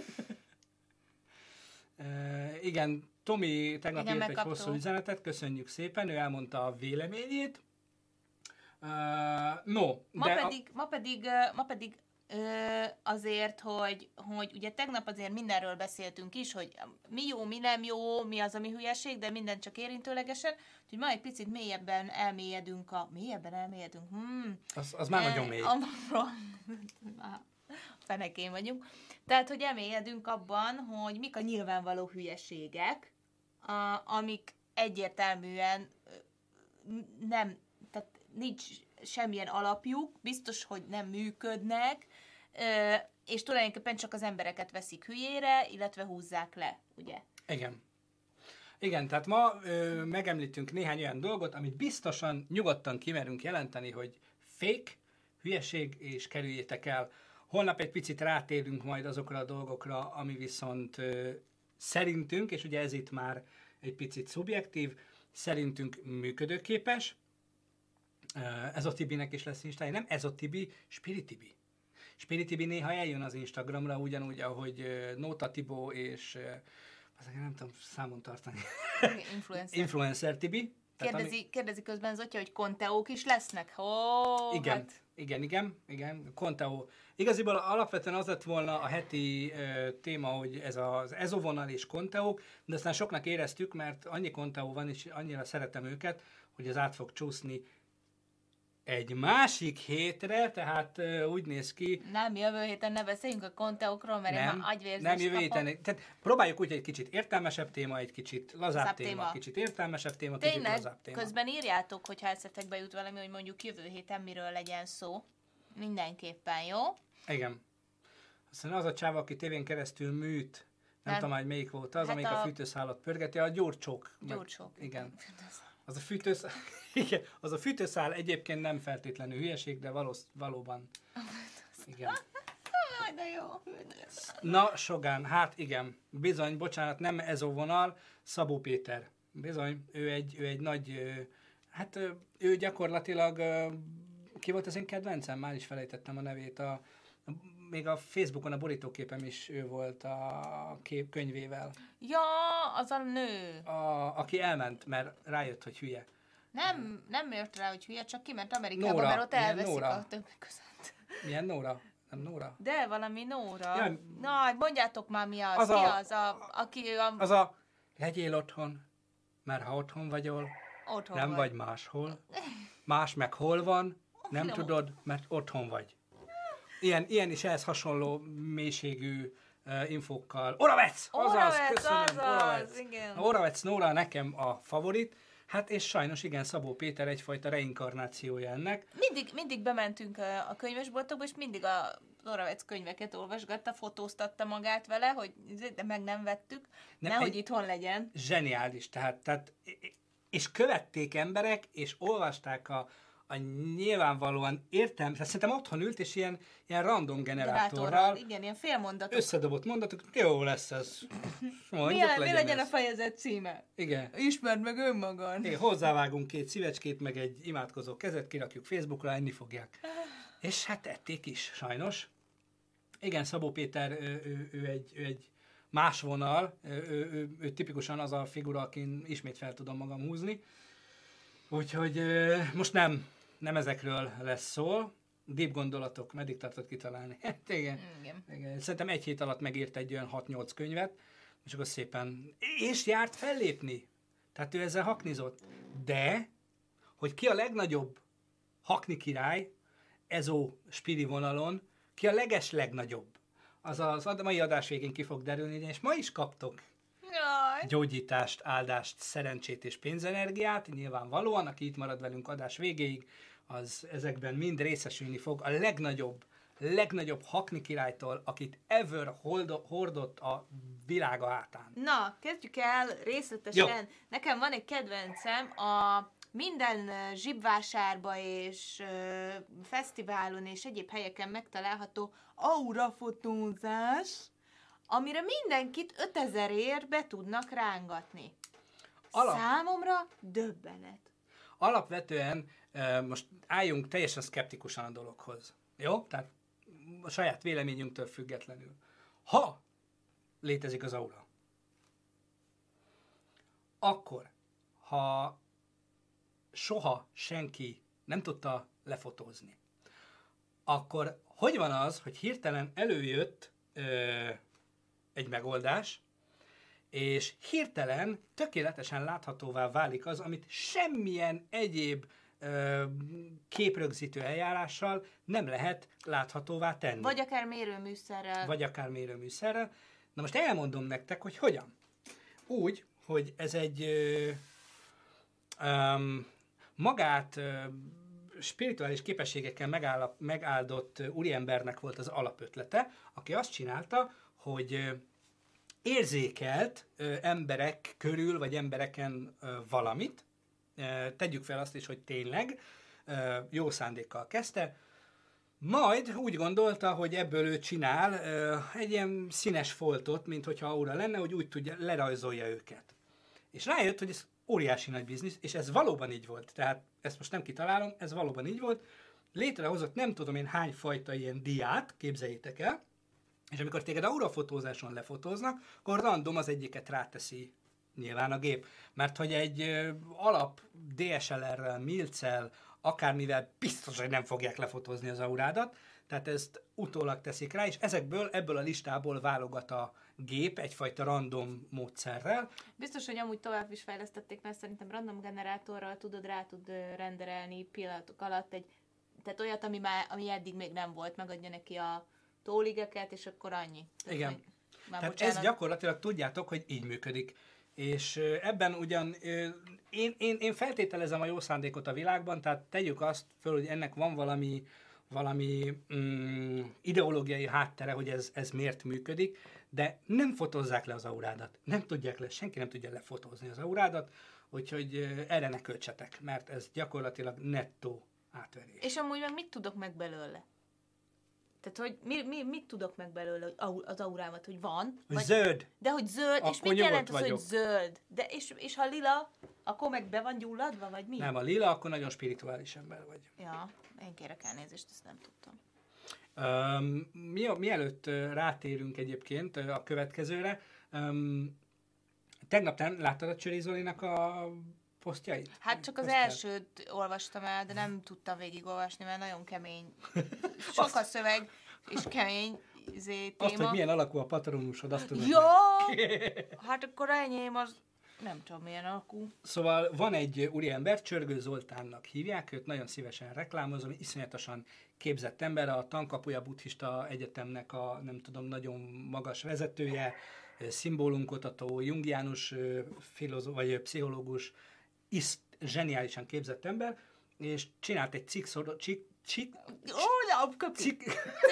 uh, igen, Tomi tegnap Igen, írt egy megkaptuk. hosszú üzenetet, köszönjük szépen, ő elmondta a véleményét. Uh, no, Ma de pedig, a... ma pedig, ö, ma pedig ö, azért, hogy, hogy ugye tegnap azért mindenről beszéltünk is, hogy mi jó, mi nem jó, mi az, ami hülyeség, de minden csak érintőlegesen, úgyhogy ma egy picit mélyebben elmélyedünk a... Mélyebben elmélyedünk? Hmm. Az, az már nagyon mély. A, a fenekén vagyunk. Tehát, hogy elmélyedünk abban, hogy mik a nyilvánvaló hülyeségek, a, amik egyértelműen ö, nem, tehát nincs semmilyen alapjuk, biztos, hogy nem működnek, ö, és tulajdonképpen csak az embereket veszik hülyére, illetve húzzák le, ugye? Igen. Igen, tehát ma ö, megemlítünk néhány olyan dolgot, amit biztosan, nyugodtan kimerünk jelenteni, hogy fake, hülyeség, és kerüljétek el. Holnap egy picit rátérünk majd azokra a dolgokra, ami viszont ö, szerintünk, és ugye ez itt már egy picit szubjektív, szerintünk működőképes. Ö, Ezotibinek is lesz Instája, nem Ezotibi, Spiritibi. Spiritibi néha eljön az Instagramra, ugyanúgy, ahogy ö, Nóta Tibó és ö, azért nem tudom számon tartani. Influencer. Influencer Tibi. Tehát Kérdezi, ami... kérdezi közben Zotya, hogy konteók is lesznek? Ó, Igen, hát... igen, igen, igen, Conteo. Igaziból alapvetően az lett volna a heti ö, téma, hogy ez az ezovonal és Conteo, de aztán soknak éreztük, mert annyi Conteo van, és annyira szeretem őket, hogy ez át fog csúszni egy másik hétre, tehát ö, úgy néz ki, Nem, jövő héten ne beszéljünk a konteókról, mert nem, én már agyvérzést nem jövő kapok. héten, tehát próbáljuk úgy, egy kicsit értelmesebb téma, egy kicsit lazább Lazább téma, téma. kicsit értelmesebb téma, kicsit Tényleg, lazább téma. közben írjátok, hogyha eszetekbe jut valami, hogy mondjuk jövő héten miről legyen szó. Mindenképpen, jó? Igen. Aztán az a csáva, aki tévén keresztül műt, nem, nem. tudom, hogy melyik volt az, Hát amelyik a... a- a fűtőszálat pörgeti, a gyurcsók. meg- Gyurcsók. Igen. Az a, fűtőszál, igen, az a fűtőszál egyébként nem feltétlenül hülyeség, de valósz, valóban. Igen. Aj, de jó. Na, Sogán, hát igen, bizony, bocsánat, nem ez a vonal, Szabó Péter. Bizony, ő egy, ő egy nagy, ö, hát ö, ő gyakorlatilag, ö, ki volt az én kedvencem? Már is felejtettem a nevét. A, a, még a Facebookon a borítóképem is ő volt a kép könyvével. Ja, az a nő. A, aki elment, mert rájött, hogy hülye. Nem, nem ért rá, hogy hülye, csak kiment Amerikába, Nóra. mert ott Milyen elveszik Nóra? a többek között. Milyen Nóra? Nem Nóra? De valami Nóra. Jaj. Na, mondjátok már mi az. Az ki a- az, a, aki a, Az a legyél otthon, mert ha otthon vagyol, otthon nem vagy máshol. Más meg hol van, nem No. tudod, mert otthon vagy. Ilyen, ilyen is ehhez hasonló mélységű uh, infókkal. Oravec! Azaz, Oravec, köszönöm, azaz, Oravec. igen. Oravec Nóra nekem a favorit. Hát és sajnos igen, Szabó Péter egyfajta reinkarnációja ennek. Mindig, mindig bementünk a, a könyvesboltokba, és mindig a Oravec könyveket olvasgatta, fotóztatta magát vele, hogy de meg nem vettük, Nem, nehogy egy- itthon legyen. Zseniális, tehát, tehát és követték emberek, és olvasták a, a nyilvánvalóan értelmes, tehát szerintem otthon ült, és ilyen, ilyen random generátorral Igen, ilyen félmondatok. összedobott mondatok, jó lesz ez. Mi, Mondjuk, mi legyen ez. a fejezet címe? Igen. Ismerd meg önmagad. Igen, hozzávágunk két szívecskét, meg egy imádkozó kezet, kirakjuk Facebookra, enni fogják. És hát ették is, sajnos. Igen, Szabó Péter, ő, ő, ő, egy, ő egy más vonal, ő, ő, ő, ő tipikusan az a figura, akin ismét fel tudom magam húzni. Úgyhogy ö, most nem, nem ezekről lesz szó. Deep gondolatok, meddig tartott kitalálni? Hát igen. Igen. Igen. Szerintem egy hét alatt megírt egy olyan hat-nyolc könyvet, és akkor szépen... És járt fellépni. Tehát ő ezzel haknizott. De, hogy ki a legnagyobb hakni király, ezó spiri vonalon, ki a leges legnagyobb, az az a mai adás végén ki fog derülni, és ma is kaptok Jaj. gyógyítást, áldást, szerencsét és pénzenergiát, nyilvánvalóan, aki itt marad velünk adás végéig, az ezekben mind részesülni fog a legnagyobb, legnagyobb hakni királytól, akit ever holdo, hordott a világa hátán. Na, kezdjük el részletesen. Jó. Nekem van egy kedvencem, a minden ö, zsibvásárba és ö, fesztiválon és egyéb helyeken megtalálható aurafotózás, amire mindenkit ötezerért be tudnak rángatni. Alap- Számomra döbbenet. alapvetően uh, most álljunk teljesen szkeptikusan a dologhoz. Jó? Tehát a saját véleményünktől függetlenül. Ha létezik az aura, akkor, ha soha senki nem tudta lefotózni, akkor hogy van az, hogy hirtelen előjött ö, egy megoldás, és hirtelen tökéletesen láthatóvá válik az, amit semmilyen egyéb ö, képrögzítő eljárással nem lehet láthatóvá tenni. Vagy akár mérőműszerrel. Vagy akár mérőműszerrel. Na most elmondom nektek, hogy hogyan. Úgy, hogy ez egy ö, ö, magát ö, spirituális képességekkel megáll, megáldott úriembernek volt az alapötlete, aki azt csinálta, hogy ö, érzékelt ö, emberek körül, vagy embereken ö, valamit. Ö, tegyük fel azt is, hogy tényleg ö, jó szándékkal kezdte, majd úgy gondolta, hogy ebből ő csinál ö, egy ilyen színes foltot, mint hogyha aura lenne, hogy úgy tudja, lerajzolja őket. És rájött, hogy ez óriási nagy biznisz, és ez valóban így volt. Tehát ezt most nem kitalálom, ez valóban így volt. Létrehozott nem tudom én hány fajta ilyen diát, képzeljétek el, és amikor téged aurafotózáson lefotóznak, akkor random az egyiket ráteszi nyilván a gép. Mert hogy egy ö, alap dé es el er-rel, milccel, akármivel biztos, hogy nem fogják lefotózni az aurádat, tehát ezt utólag teszik rá, és ezekből, ebből a listából válogat a gép egyfajta random módszerrel. Biztos, hogy amúgy tovább is fejlesztették, mert szerintem random generátorral tudod, rá tud renderelni pillanatok alatt egy, tehát olyat, ami, már, ami eddig még nem volt, megadja neki a tóligeket, és akkor annyi. Tehát, igen. Hogy, már tehát bocsánat. ez gyakorlatilag tudjátok, hogy így működik. És ebben ugyan én, én, én feltételezem a jó szándékot a világban, tehát tegyük azt föl, hogy ennek van valami, valami mm, ideológiai háttere, hogy ez, ez miért működik, de nem fotózzák le az aurádat. Nem tudják le, senki nem tudja lefotózni az aurádat, úgyhogy erre ne költsetek, mert ez gyakorlatilag nettó átverés. És amúgy meg mit tudok meg belőle? Tehát, hogy mi, mi, mit tudok meg belőle az aurámat, hogy van? Vagy, zöld. De hogy zöld, Akkor és mit jelent az, vagyok. hogy zöld? De és, és ha lila, akkor meg be van gyulladva, vagy mi? Nem, a lila, akkor nagyon spirituális ember vagy. Ja, én kérek elnézést, ezt nem tudtam. Um, mi, mielőtt uh, rátérünk egyébként uh, a következőre, um, tegnap te láttad a Csöri Zolinak a posztjait? Hát csak az Posztját? elsőt olvastam el, de nem tudtam végigolvasni, mert nagyon kemény. Sok a szöveg, és kemény izé, téma. Azt, hogy milyen alakú a patronusod, azt tudod. Ja! Hát akkor enyém az nem tudom milyen alakú. Szóval van egy úriember, Csörgő Zoltánnak hívják, őt nagyon szívesen reklámozom, iszonyatosan képzett ember, a Tankapuja Buddhista Egyetemnek a nem tudom, nagyon magas vezetője, szimbólumkutató, jungiánus filozó, vagy pszichológus, is zseniálisan képzett ember, és csinált egy cikk, cikk, cikk, Ó, cikk,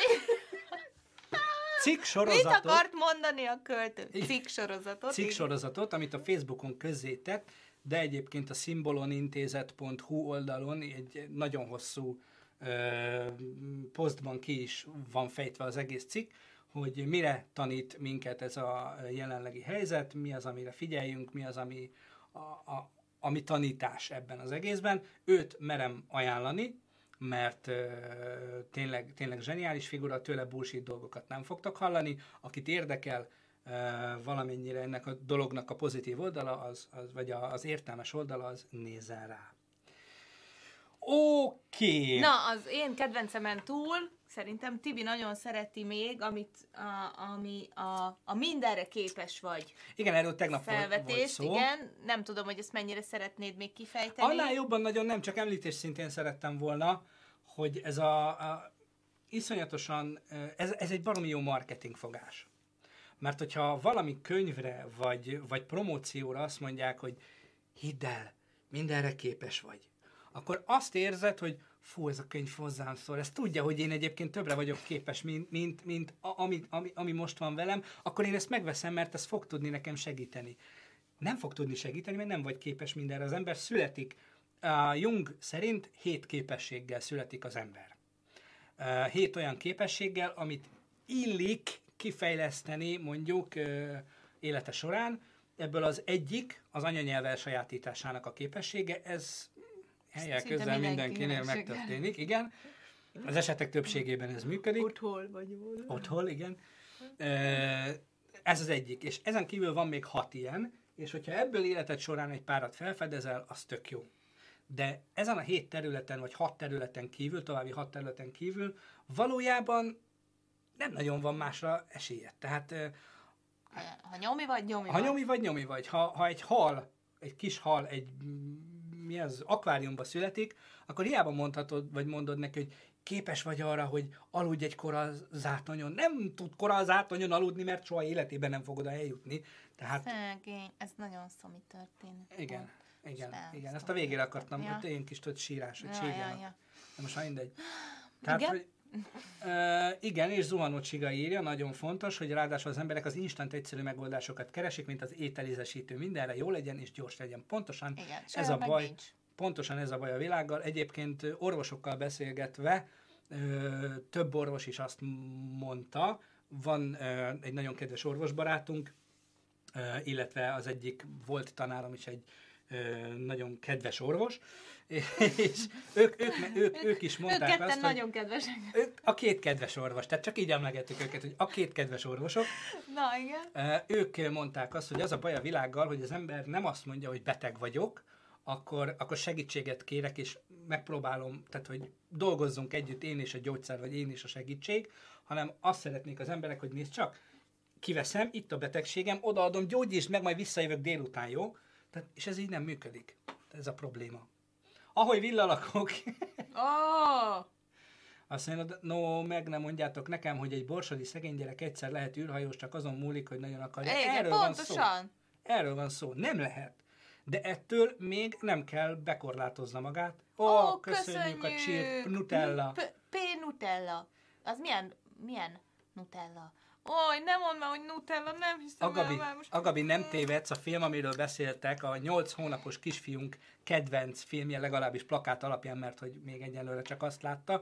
cikk Mit sorozatot, akart mondani a költő? Cikk sorozatot. cikk sorozatot, amit a Facebookon közzétett, de egyébként a szimbolonintézet pont hu oldalon egy nagyon hosszú ö, posztban ki is van fejtve az egész cikk, hogy mire tanít minket ez a jelenlegi helyzet, mi az, amire figyeljünk, mi az, ami a, a, ami tanítás ebben az egészben. Őt merem ajánlani, mert ö, tényleg, tényleg zseniális figura, tőle bullshit dolgokat nem fogtok hallani. Akit érdekel ö, valamennyire ennek a dolognak a pozitív oldala, az, az, vagy a, az értelmes oldala, az nézzen rá. Oké. Okay. Na, az én kedvencemen túl, szerintem Tibi nagyon szereti még, amit, a, ami a, a mindenre képes vagy. Igen, erről tegnap felvetés, volt szó. Igen, nem tudom, hogy ezt mennyire szeretnéd még kifejteni. Annál jobban nagyon nem, csak említés szintén szerettem volna, hogy ez a, a iszonyatosan, ez, ez egy baromi jó marketingfogás. Mert hogyha valami könyvre, vagy, vagy promócióra azt mondják, hogy hidd el, mindenre képes vagy, akkor azt érzed, hogy fú, ez a könyv hozzám szól, ez tudja, hogy én egyébként többre vagyok képes, mint, mint, mint a, ami, ami, ami most van velem, akkor én ezt megveszem, mert ez fog tudni nekem segíteni. Nem fog tudni segíteni, mert nem vagy képes mindenre. Az ember születik, uh, Jung szerint hét képességgel születik az ember. Uh, hét olyan képességgel, amit illik kifejleszteni mondjuk uh, élete során. Ebből az egyik az anyanyelv elsajátításának a képessége, ez helyek közel mindenkinél megtörténik, igen. Az esetek többségében ez működik. Otthon vagy jól. Otthon, igen. Ez az egyik. És ezen kívül van még hat ilyen, és hogyha ebből életed során egy párat felfedezel, az tök jó. De ezen a hét területen, vagy hat területen kívül, további hat területen kívül, valójában nem nagyon van másra esélyed. Tehát ha nyomi vagy, nyomi ha vagy. nyomi vagy, nyomi vagy. Ha, ha egy hal, egy kis hal, egy mi az, akváriumba születik, akkor hiába mondhatod, vagy mondod neki, hogy képes vagy arra, hogy aludj egy korazátonyon. Nem tud korazátonyon aludni, mert soha életében nem fog oda eljutni. Tehát... Szegény, ez nagyon szomorú történet. Igen, volt. igen, Nem, igen. Ezt a végére akartam, ja. hogy én kis tudod sírás, hogy Ja, sírjanak. ja, ja. De most már mindegy. Tehát, Igen? Hogy, uh, igen, és Zuhanó Csiga írja, nagyon fontos, hogy ráadásul az emberek az instant egyszerű megoldásokat keresik, mint az ételízesítő, mindenre jó legyen és gyors legyen. Pontosan Igen, ez a baj. Nincs. Pontosan ez a baj a világgal. Egyébként orvosokkal beszélgetve, ö, több orvos is azt mondta, van ö, egy nagyon kedves orvosbarátunk, ö, illetve az egyik volt tanárom is egy ö, nagyon kedves orvos, és ők, ők, ők, ők is mondták ők azt, hogy nagyon kedvesek. ők, a két kedves orvos, tehát csak így emlegettük őket, hogy a két kedves orvosok, Na, igen. ö, ők mondták azt, hogy az a baj a világgal, hogy az ember nem azt mondja, hogy beteg vagyok, Akkor, akkor segítséget kérek, és megpróbálom, tehát, hogy dolgozzunk együtt, én és a gyógyszer, vagy én és a segítség, hanem azt szeretnék az emberek, hogy nézd csak, kiveszem, itt a betegségem, odaadom, gyógyítsd meg, majd visszajövök délután, jó? Tehát, és ez így nem működik. Ez a probléma. Ahogy villalakok, Oh! azt mondod, no, meg nem mondjátok nekem, hogy egy borsodi szegény gyerek egyszer lehet űrhajós, csak azon múlik, hogy nagyon akarja. Igen, Erről van szó. pontosan. Erről van szó. Nem lehet. De ettől még nem kell bekorlátozza magát. Ó, Ó, oh, köszönjük, a csírt, Nutella. P- P- Nutella. Az milyen, milyen Nutella? Oj, nem mondd már, hogy Nutella, nem hiszem Agabi, el már most. Agabi, nem tévedsz, a film, amiről beszéltek, a nyolc hónapos kisfiunk kedvenc filmje, legalábbis plakát alapján, mert hogy még egyelőre csak azt látta,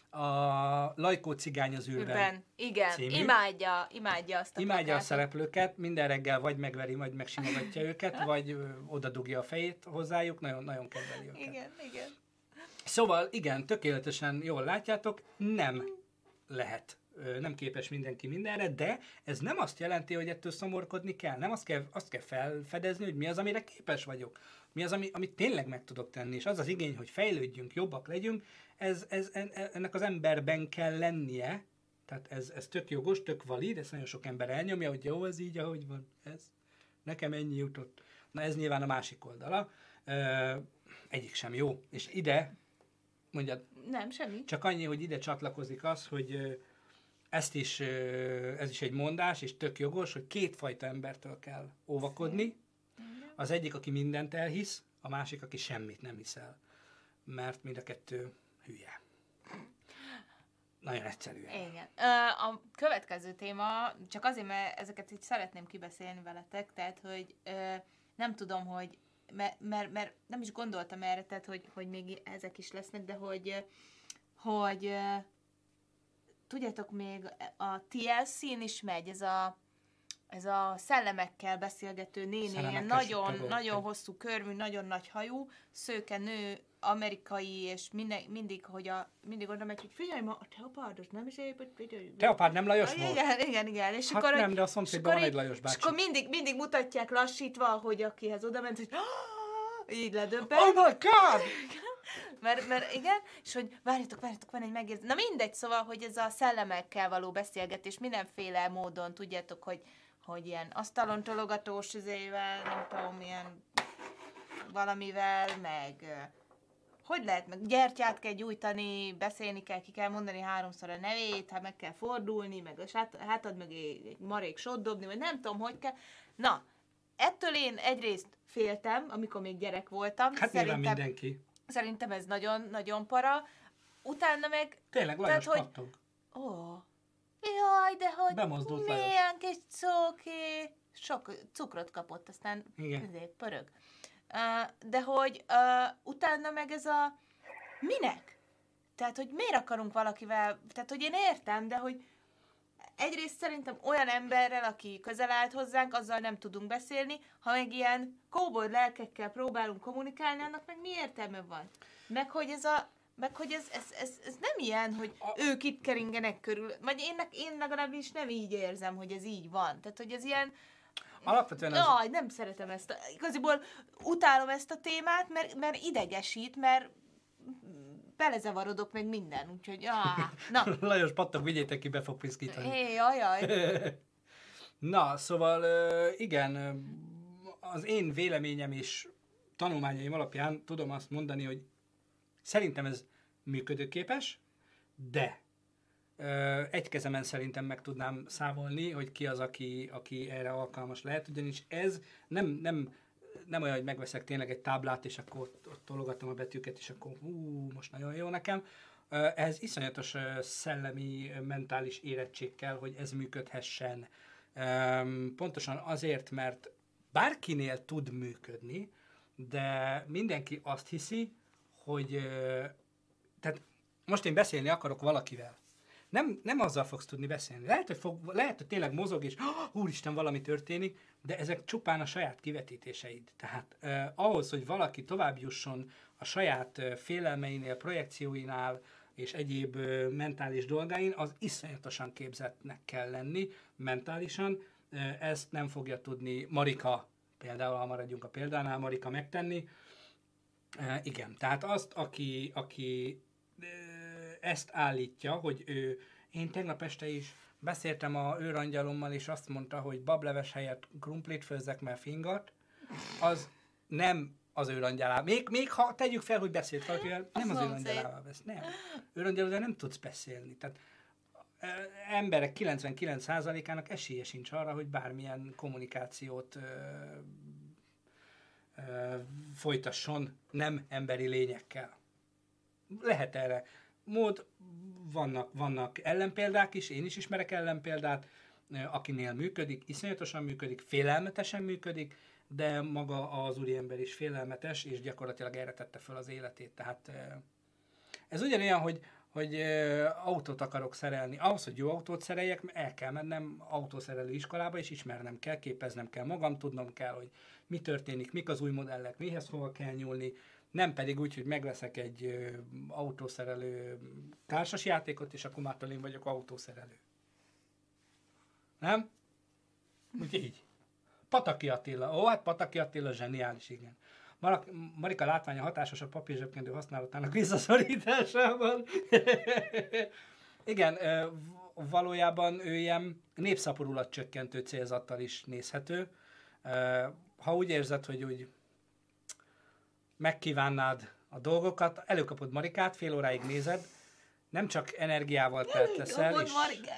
a Lajkó cigány az űrben. Űrben. Igen, című. imádja, imádja azt a Imádja a plakátot. szereplőket, minden reggel vagy megveri, vagy megsimogatja őket, vagy ö, oda dugja a fejét hozzájuk, nagyon, nagyon kedveli őket. Igen, igen. Szóval igen, tökéletesen jól látjátok, nem lehet, ö, nem képes mindenki mindenre, de ez nem azt jelenti, hogy ettől szomorkodni kell. Nem azt kell, azt kell felfedezni, hogy mi az, amire képes vagyok. Mi az, ami, amit tényleg meg tudok tenni. És az az igény, hogy fejlődjünk, jobbak legyünk, ez, ez, ennek az emberben kell lennie. Tehát ez, ez tök jogos, tök valid, ezt nagyon sok ember elnyomja, hogy jó, ez így, ahogy van. Ez. Nekem ennyi jutott. Na ez nyilván a másik oldala. Ö, egyik sem jó. És ide, mondjad, Nem, semmi. csak annyi, hogy ide csatlakozik az, hogy ö, ezt is, ö, ez is egy mondás, és tök jogos, hogy kétfajta embertől kell óvakodni. Az egyik, aki mindent elhisz, a másik, aki semmit nem hiszel. Mert mind a kettő hülye. Nagyon egyszerűen. Igen. Ö, A következő téma, csak azért, mert ezeket így szeretném kibeszélni veletek, tehát, hogy ö, nem tudom, hogy, mert, mert, mert nem is gondoltam erre, tehát, hogy, hogy még ezek is lesznek, de hogy, hogy ö, tudjátok, még a té el cén is megy, ez a ez a szellemekkel beszélgető néni, ilyen Szellemekkel nagyon, sütő nagyon volt. hosszú körmű, nagyon nagy hajú, szőke nő, amerikai, és minden, mindig, hogy a, mindig oda megy, hogy figyelj ma, a teopárdos nem is épült, figyelj. Teopárd nem Lajos volt? Igen, igen, igen. És Hát akkor, nem, hogy- de a és szomszédban akkor van egy így- Lajos bácsi. És akkor mindig, mindig mutatják lassítva, hogy akihez oda ment, hogy így ledöbben. Oh my God! Mert, mert igen, és hogy várjatok, várjatok, van egy megérzés. Na mindegy, szóval, hogy ez a szellemekkel való beszélgetés mindenféle módon, tudjátok, hogy, hogy ilyen asztalon tologatós izével, nem tudom, ilyen valamivel, meg ö, hogy lehet, meg gyertyát kell gyújtani, beszélni kell, ki kell mondani háromszor a nevét, hát meg kell fordulni, meg a sát- hátad mögé egy marék sót dobni, vagy nem tudom, hogy kell. Na, ettől én egyrészt féltem, amikor még gyerek voltam. Hát nyilván mindenki. Szerintem ez nagyon-nagyon para. Utána meg... Tényleg Lajos hogy- pattog. Ó, jaj, de hogy Bemozdult Lajos. milyen kis cuki. Sok cukrot kapott, aztán Igen. ezért pörög. Uh, de hogy uh, utána meg ez a... Minek? Tehát, hogy miért akarunk valakivel... Tehát, hogy én értem, de hogy egyrészt szerintem olyan emberrel, aki közel állt hozzánk, azzal nem tudunk beszélni, ha meg ilyen kóboly lelkekkel próbálunk kommunikálni, annak meg mi értelme van? Meg hogy ez a meg hogy ez, ez, ez, ez nem ilyen, hogy a... ők itt keringenek körül, vagy én, én legalábbis nem így érzem, hogy ez így van. Tehát, hogy ez ilyen... Alapvetően az... Jaj, nem szeretem ezt. A... Igaziból utálom ezt a témát, mert, mert idegesít, mert belezavarodok meg minden, úgyhogy... Ah, na. Lajos, pattog, vigyétek ki, be fog piszkítani. Hé, ajaj. Na, szóval igen, az én véleményem és tanulmányaim alapján tudom azt mondani, hogy szerintem ez működőképes, de egy kezemen szerintem meg tudnám számolni, hogy ki az, aki, aki erre alkalmas lehet, ugyanis ez nem, nem, nem olyan, hogy megveszek tényleg egy táblát, és akkor ott, ott tologatom a betűket, és akkor hú, most nagyon jó nekem. Ez iszonyatos szellemi, mentális érettség kell, hogy ez működhessen. Pontosan azért, mert bárkinél tud működni, de mindenki azt hiszi, hogy tehát most én beszélni akarok valakivel. Nem, nem azzal fogsz tudni beszélni. Lehet, hogy, fog, lehet, hogy tényleg mozog, és oh, úristen, valami történik, de ezek csupán a saját kivetítéseid. Tehát eh, ahhoz, hogy valaki tovább jusson a saját eh, félelmeinél, projekcióinál és egyéb eh, mentális dolgain, az iszonyatosan képzettnek kell lenni mentálisan. Eh, ezt nem fogja tudni Marika, például, ha maradjunk a példánál, Marika megtenni. Eh, igen, tehát azt, aki, aki eh, ezt állítja, hogy ő, én tegnap este is beszéltem a őrangyalommal, és azt mondta, hogy bableves helyett krumplit főzzek, mert fingat, az nem az őrangyalával. Még, még ha tegyük fel, hogy beszélt valakivel, nem az, az őrangyalával vesz. Nem. Őrangyalával nem tudsz beszélni. Tehát e, emberek kilencvenkilenc százalékának esélye sincs arra, hogy bármilyen kommunikációt ö, ö, folytasson nem emberi lényekkel. Lehet erre mód, vannak, vannak ellenpéldák is, én is ismerek ellenpéldát, akinél működik, iszonyatosan működik, félelmetesen működik, de maga az úriember is félelmetes, és gyakorlatilag erre tette fel az életét. Tehát ez ugyanolyan, hogy, hogy autót akarok szerelni. Ahhoz, hogy jó autót szereljek, el kell mennem autószerelő iskolába, és ismernem kell, képeznem kell magam, tudnom kell, hogy mi történik, mik az új modellek, mihez hova kell nyúlni, nem pedig úgy, hogy megveszek egy ö, autószerelő társasjátékot, és akkor mától én vagyok autószerelő. Nem? Úgyhogy így. Pataki Attila. Ó, hát Pataki Attila zseniális, igen. Mar- Marika látványa hatásos a papírzsebkendő használatának visszaszorításában. Igen, ö, valójában ő ilyen népszaporulat csökkentő célzattal is nézhető. Ö, ha úgy érzed, hogy úgy megkívánnád a dolgokat, előkapod Marikát, fél óráig nézed, nem csak energiával telt leszel, és...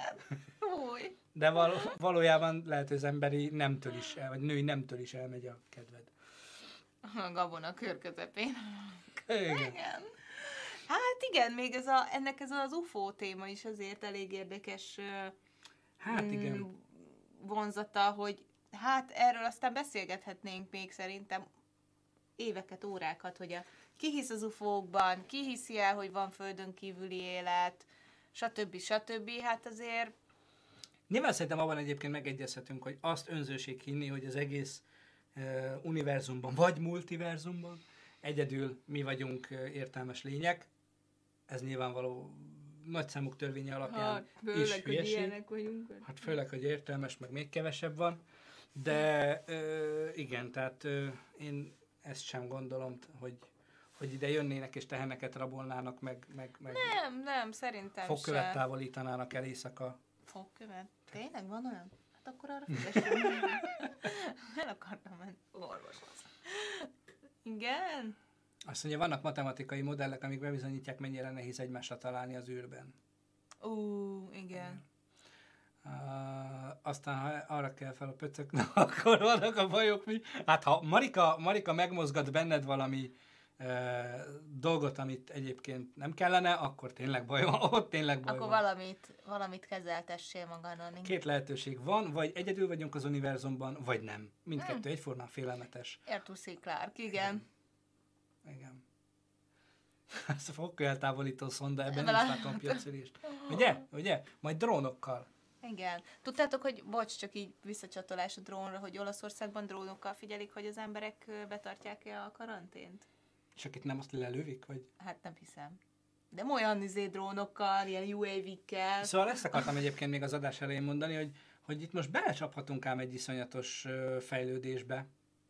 de val- valójában lehet, hogy az emberi nemtől is, el, vagy női nemtől is elmegy a kedved. A gabona kör közepén. Igen. Igen. Hát igen, még ez a, ennek ez az ufó téma is azért elég érdekes hát igen. vonzata, hogy hát erről aztán beszélgethetnénk még szerintem éveket, órákat, hogy a, ki hisz az ufókban, ki hiszi el, hogy van földön kívüli élet, stb. stb. Hát azért... Nyilván szerintem abban egyébként megegyezhetünk, hogy azt önzőség hinni, hogy az egész uh, univerzumban, vagy multiverzumban egyedül mi vagyunk uh, értelmes lények. Ez nyilvánvaló nagyszámok törvénye alapján hát, főleg, is hülyeség. Hogy ilyenek vagyunk. Hát főleg, hogy értelmes, meg még kevesebb van. De uh, igen, tehát uh, én ezt sem gondolom, hogy, hogy ide jönnének és teheneket rabolnának, meg, meg, meg nem, nem, szerintem fogkövet sem. távolítanának el éjszaka. Fogkövet? Tényleg van olyan? Hát akkor arra fizessünk. El akartam menni orvoshoz. Igen? Azt mondja, vannak matematikai modellek, amik bebizonyítják, mennyire nehéz egymásra találni az űrben. Ó, uh, igen. Uh, aztán, ha arra kell fel a pöcök, na, akkor vannak a bajok. Mi? Hát, ha Marika, Marika megmozgat benned valami uh, dolgot, amit egyébként nem kellene, akkor tényleg baj van. Ott tényleg baj akkor van. valamit, valamit kezeltessél magadon. Két lehetőség van, vagy egyedül vagyunk az univerzumban, vagy nem. Mindkettő hmm. egyformán félelmetes. Arthur Clarke, igen. Igen. igen. Ez a fogkövet távolító szonda, ebben nem is látom piacülést. Ugye? Ugye? Majd drónokkal. Igen. Tudtátok, hogy, bocs, csak így visszacsatolás a drónra, hogy Olaszországban drónokkal figyelik, hogy az emberek ö, betartják-e a karantént? Csak itt nem azt lelővik, vagy? Hát nem hiszem. De olyan izé drónokkal, ilyen u á vé-kkel. Szóval ezt akartam egyébként még az adás elején mondani, hogy, hogy itt most belecsaphatunk ám egy iszonyatos ö, fejlődésbe.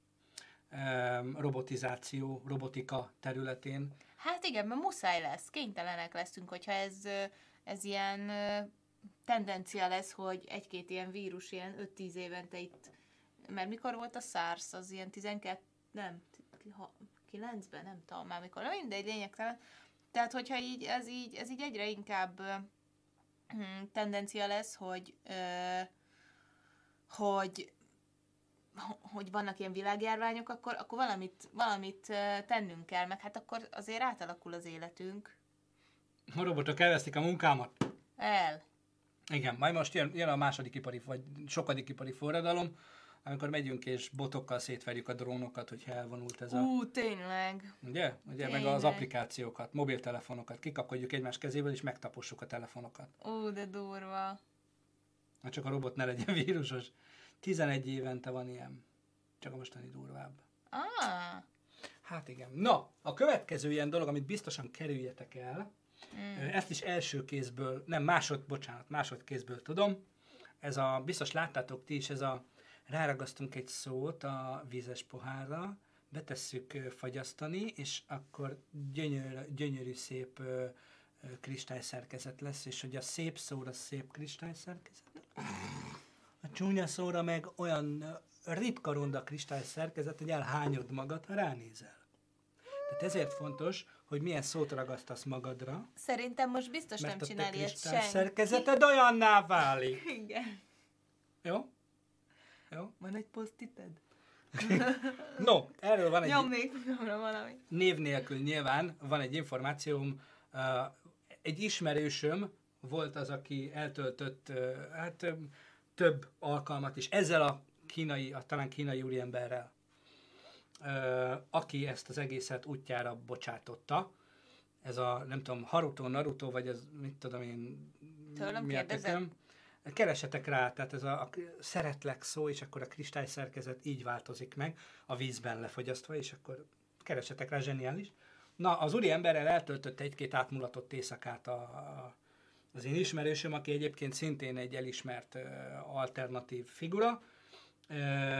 Ö, robotizáció, robotika területén. Hát igen, mert muszáj lesz, kénytelenek leszünk, hogyha ez, ö, ez ilyen ö, tendencia lesz, hogy egy-két ilyen vírus ilyen öt-tíz évente itt, mert mikor volt a SARS, az ilyen tizenkét, nem, kilencben, nem tudom már mikor, mindegy, lényegtelen. Tehát, hogyha így, ez így, ez így egyre inkább ö, tendencia lesz, hogy ö, hogy hogy vannak ilyen világjárványok, akkor, akkor valamit, valamit ö, tennünk kell, meg hát akkor azért átalakul az életünk. A robotok elvesztik a munkámat. El. Igen, majd most jön, jön a második ipari, vagy sokadik ipari forradalom, amikor megyünk és botokkal szétverjük a drónokat, hogyha elvonult ez a... Ú, tényleg. Ugye? Ugye meg Tényleg. az applikációkat, mobiltelefonokat, kikapkodjuk egymás kezéből, és megtapossuk a telefonokat. Ú, de durva. Na csak a robot ne legyen vírusos. tizenegy évente van ilyen. Csak a mostani durvább. Ah. Hát igen. Na, a következő ilyen dolog, amit biztosan kerüljetek el, mm. ezt is első kézből, nem másod, bocsánat, másodkézből tudom. Ez a, biztos láttátok ti is, ez a ráragasztunk egy szót a vízes pohárra, betesszük ö, fagyasztani, és akkor gyönyör, gyönyörű szép ö, ö, kristályszerkezet lesz, és hogy a szép szóra szép kristályszerkezet, a csúnya szóra meg olyan ö, ritka ronda kristályszerkezet, hogy elhányod magad, ha ránézel. Tehát ezért fontos, hogy milyen szót ragasztasz magadra, Szerintem most biztos mert nem a te csinál ilyet senki. kristályszerkezeted olyanná válik. Igen. Jó? Jó? Van egy posztited? No, erről van egy... Nyom még nyomra valami. Név nélkül nyilván van egy információm, uh, egy ismerősöm volt az, aki eltöltött uh, hát, uh, több alkalmat is ezzel a kínai, a talán kínai úriemberrel, uh, aki ezt az egészet útjára bocsátotta. Ez a, nem tudom, Haruto, Naruto, vagy az, mit tudom én... Tőlem mi a kérdezed? tököm. Keresetek rá, tehát ez a, a szeretlek szó, és akkor a kristályszerkezet így változik meg, a vízben lefogyasztva, és akkor keresetek rá, zseniális. Na, az úri emberrel eltöltött egy-két átmulatott éjszakát a, a, az én ismerősöm, aki egyébként szintén egy elismert uh, alternatív figura, uh,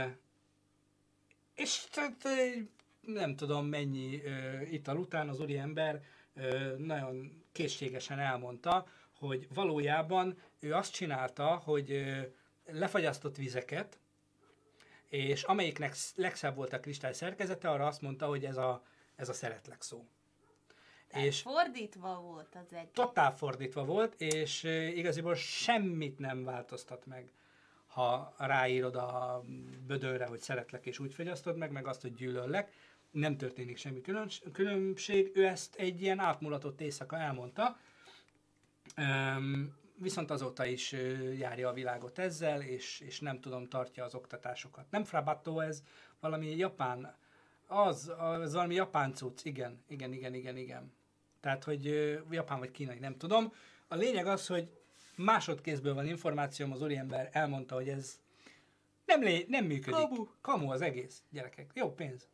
és tehát, uh, nem tudom mennyi uh, ital után az úri ember uh, nagyon készségesen elmondta, hogy valójában ő azt csinálta, hogy ö, lefagyasztott vizeket, és amelyiknek sz- legszebb volt a kristály szerkezete, arra azt mondta, hogy ez a, ez a szeretlek szó. Tehát És fordítva volt az egész. totál fordítva volt, és ö, igaziból semmit nem változtat meg, ha ráírod a bödönre, hogy szeretlek, és úgy fogyasztod meg, meg azt, hogy gyűlöllek. Nem történik semmi különbs- különbség. Ő ezt egy ilyen átmulatott éjszaka elmondta, Um, viszont azóta is uh, járja a világot ezzel, és, és nem tudom, tartja az oktatásokat. Nem Frabatto ez, valami japán, az, az valami japán cucc, igen, igen, igen, igen, igen. Tehát, hogy uh, japán vagy kínai, nem tudom. A lényeg az, hogy másodkézből van információm, az úriember elmondta, hogy ez nem, lé, nem működik. Kamu. Kamu az egész, gyerekek. Jó pénz.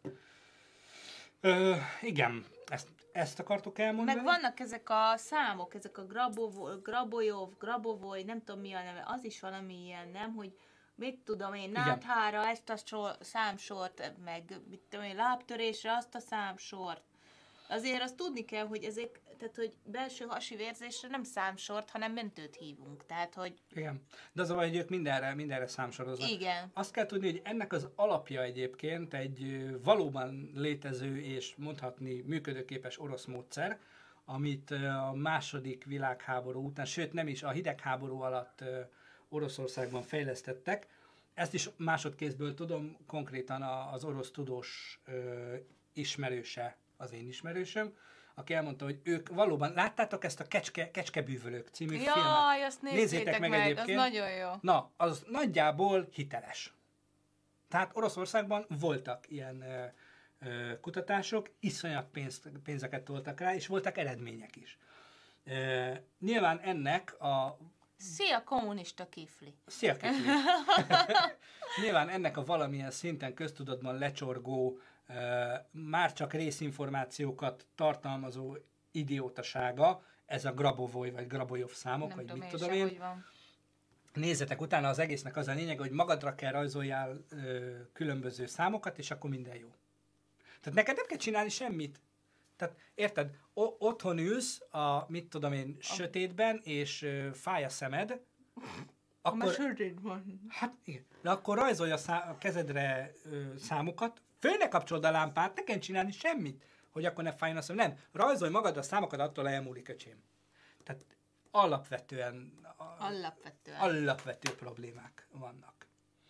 Uh, igen, ezt Ezt akartok elmondani? Meg vannak ezek a számok, ezek a Grabov, Grabojov, Grabovoy, nem tudom mi a neve, az is valami ilyen, nem? Hogy mit tudom én, náthára ezt a sor, számsort, meg mit tudom én, lábtörésre azt a számsort. Azért azt tudni kell, hogy ezek, tehát hogy belső hasi vérzésre nem számsort, hanem mentőt hívunk. Tehát, hogy... Igen. De az a baj, hogy ők mindenre, mindenre számsoroznak. Igen. Azt kell tudni, hogy ennek az alapja egyébként egy ö, valóban létező és mondhatni működőképes orosz módszer, amit ö, a második világháború után, sőt nem is, a hidegháború alatt ö, Oroszországban fejlesztettek. Ezt is másodkézből tudom, konkrétan a, az orosz tudós ö, ismerőse, az én ismerősöm, aki elmondta, hogy ők valóban, láttátok ezt a Kecske, Kecskebűvölők című Jaj, filmet? azt nézzétek meg, meg egyébként. az nagyon jó. Na, az nagyjából hiteles. Tehát Oroszországban voltak ilyen ö, ö, kutatások, iszonyat pénzt, pénzeket toltak rá, és voltak eredmények is. Ö, nyilván ennek a Szia, kommunista kifli! Szia, kifli! Nyilván ennek a valamilyen szinten köztudatban lecsorgó, uh, már csak részinformációkat tartalmazó idiótasága, ez a Grabovoi vagy Grabojov számok, Nem vagy tudom mit én tudom sem, én. hogy van. Nézzetek utána, az egésznek az a lényeg, hogy magadra kell rajzoljál ö, különböző számokat, és akkor minden jó. Tehát neked nem kell csinálni semmit. Tehát érted, o- otthon ülsz a, mit tudom én, sötétben, és ö, fáj a szemed, akkor, sötét van. hát igen, de akkor rajzolj a, szá- a kezedre ö, számokat, föl ne kapcsold a lámpát, ne kell csinálni semmit, hogy akkor ne fájjon a szemed. Nem, rajzolj magadra a számokat, attól elmúlik, öcsém. Tehát alapvetően a- Alapvetően. alapvető problémák vannak.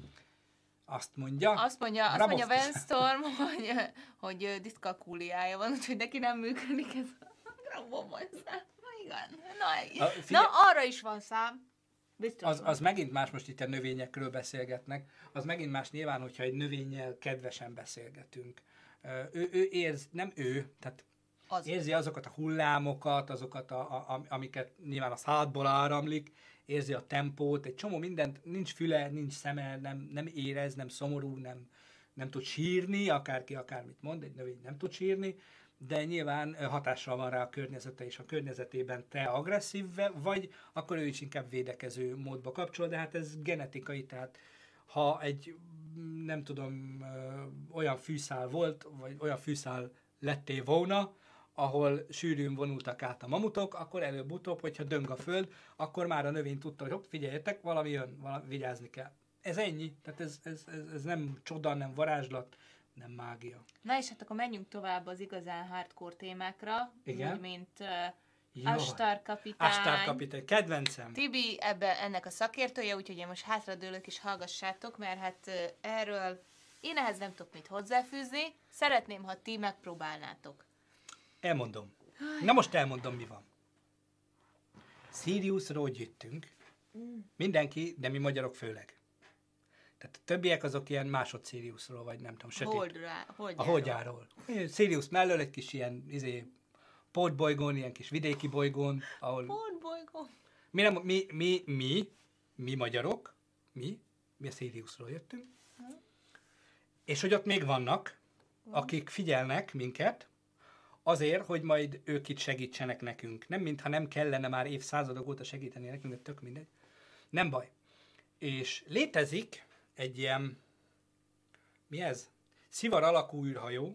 Azt mondja... Azt mondja, azt Grabov- mondja Venstorm, hogy, hogy diszkalkúliája van, úgyhogy neki nem működik ez a Grabovoi szám. Igen. Na, A, figyelj- na, arra is van szám. Biztos Az, van. az megint más, most itt a növényekről beszélgetnek, az megint más nyilván, hogyha egy növényel kedvesen beszélgetünk. Ö, Ő, ő érz, nem ő, tehát Az. érzi azokat a hullámokat, azokat, a, a, a, amiket nyilván a szádból áramlik, érzi a tempót, egy csomó mindent, nincs füle, nincs szeme, nem, nem érez, nem szomorú, nem, nem tud sírni, akárki akármit mond, egy növény nem tud sírni, de nyilván ö, hatással van rá a környezete, és a környezetében te agresszív vagy, akkor ő is inkább védekező módba kapcsol, de hát ez genetikai, tehát ha egy, mm, nem tudom, ö, olyan fűszál volt, vagy olyan fűszál lettél volna, ahol sűrűn vonultak át a mamutok, akkor előbb-utóbb, hogyha döng a föld, akkor már a növény tudta, hogy hopp, figyeljetek, valami jön, valami, vigyázni kell. Ez ennyi, tehát ez, ez, ez, ez nem csoda, nem varázslat, nem mágia. Na és hát akkor menjünk tovább az igazán hardcore témákra. Igen. Úgy, mint uh, Jaj. Astar kapitány. Astar kapitány, kedvencem. Tibi ebbe, ennek a szakértője, úgyhogy én most hátradőlök és hallgassátok, mert hát uh, erről én ehhez nem tudok mit hozzáfűzni. Szeretném, ha ti megpróbálnátok. Elmondom. Na most elmondom, mi van. Siriusról gyűjtünk. Mindenki, de mi magyarok főleg. Tehát a többiek azok ilyen másod Siriusról, vagy nem tudom, sötét. Holdrá, A holdjáról. holdjáról. Sirius mellől egy kis ilyen izé, pótbolygón, ilyen kis vidéki bolygón, ahol... Holdbolygó. Mi, nem, mi, mi, mi, mi magyarok, mi, mi a Siriusról jöttünk, és hogy ott még vannak, akik figyelnek minket, azért, hogy majd ők itt segítsenek nekünk. Nem mintha nem kellene már évszázadok óta segíteni nekünk, de tök mindegy. Nem baj. És létezik egy ilyen, mi ez? Szivar alakú űrhajó,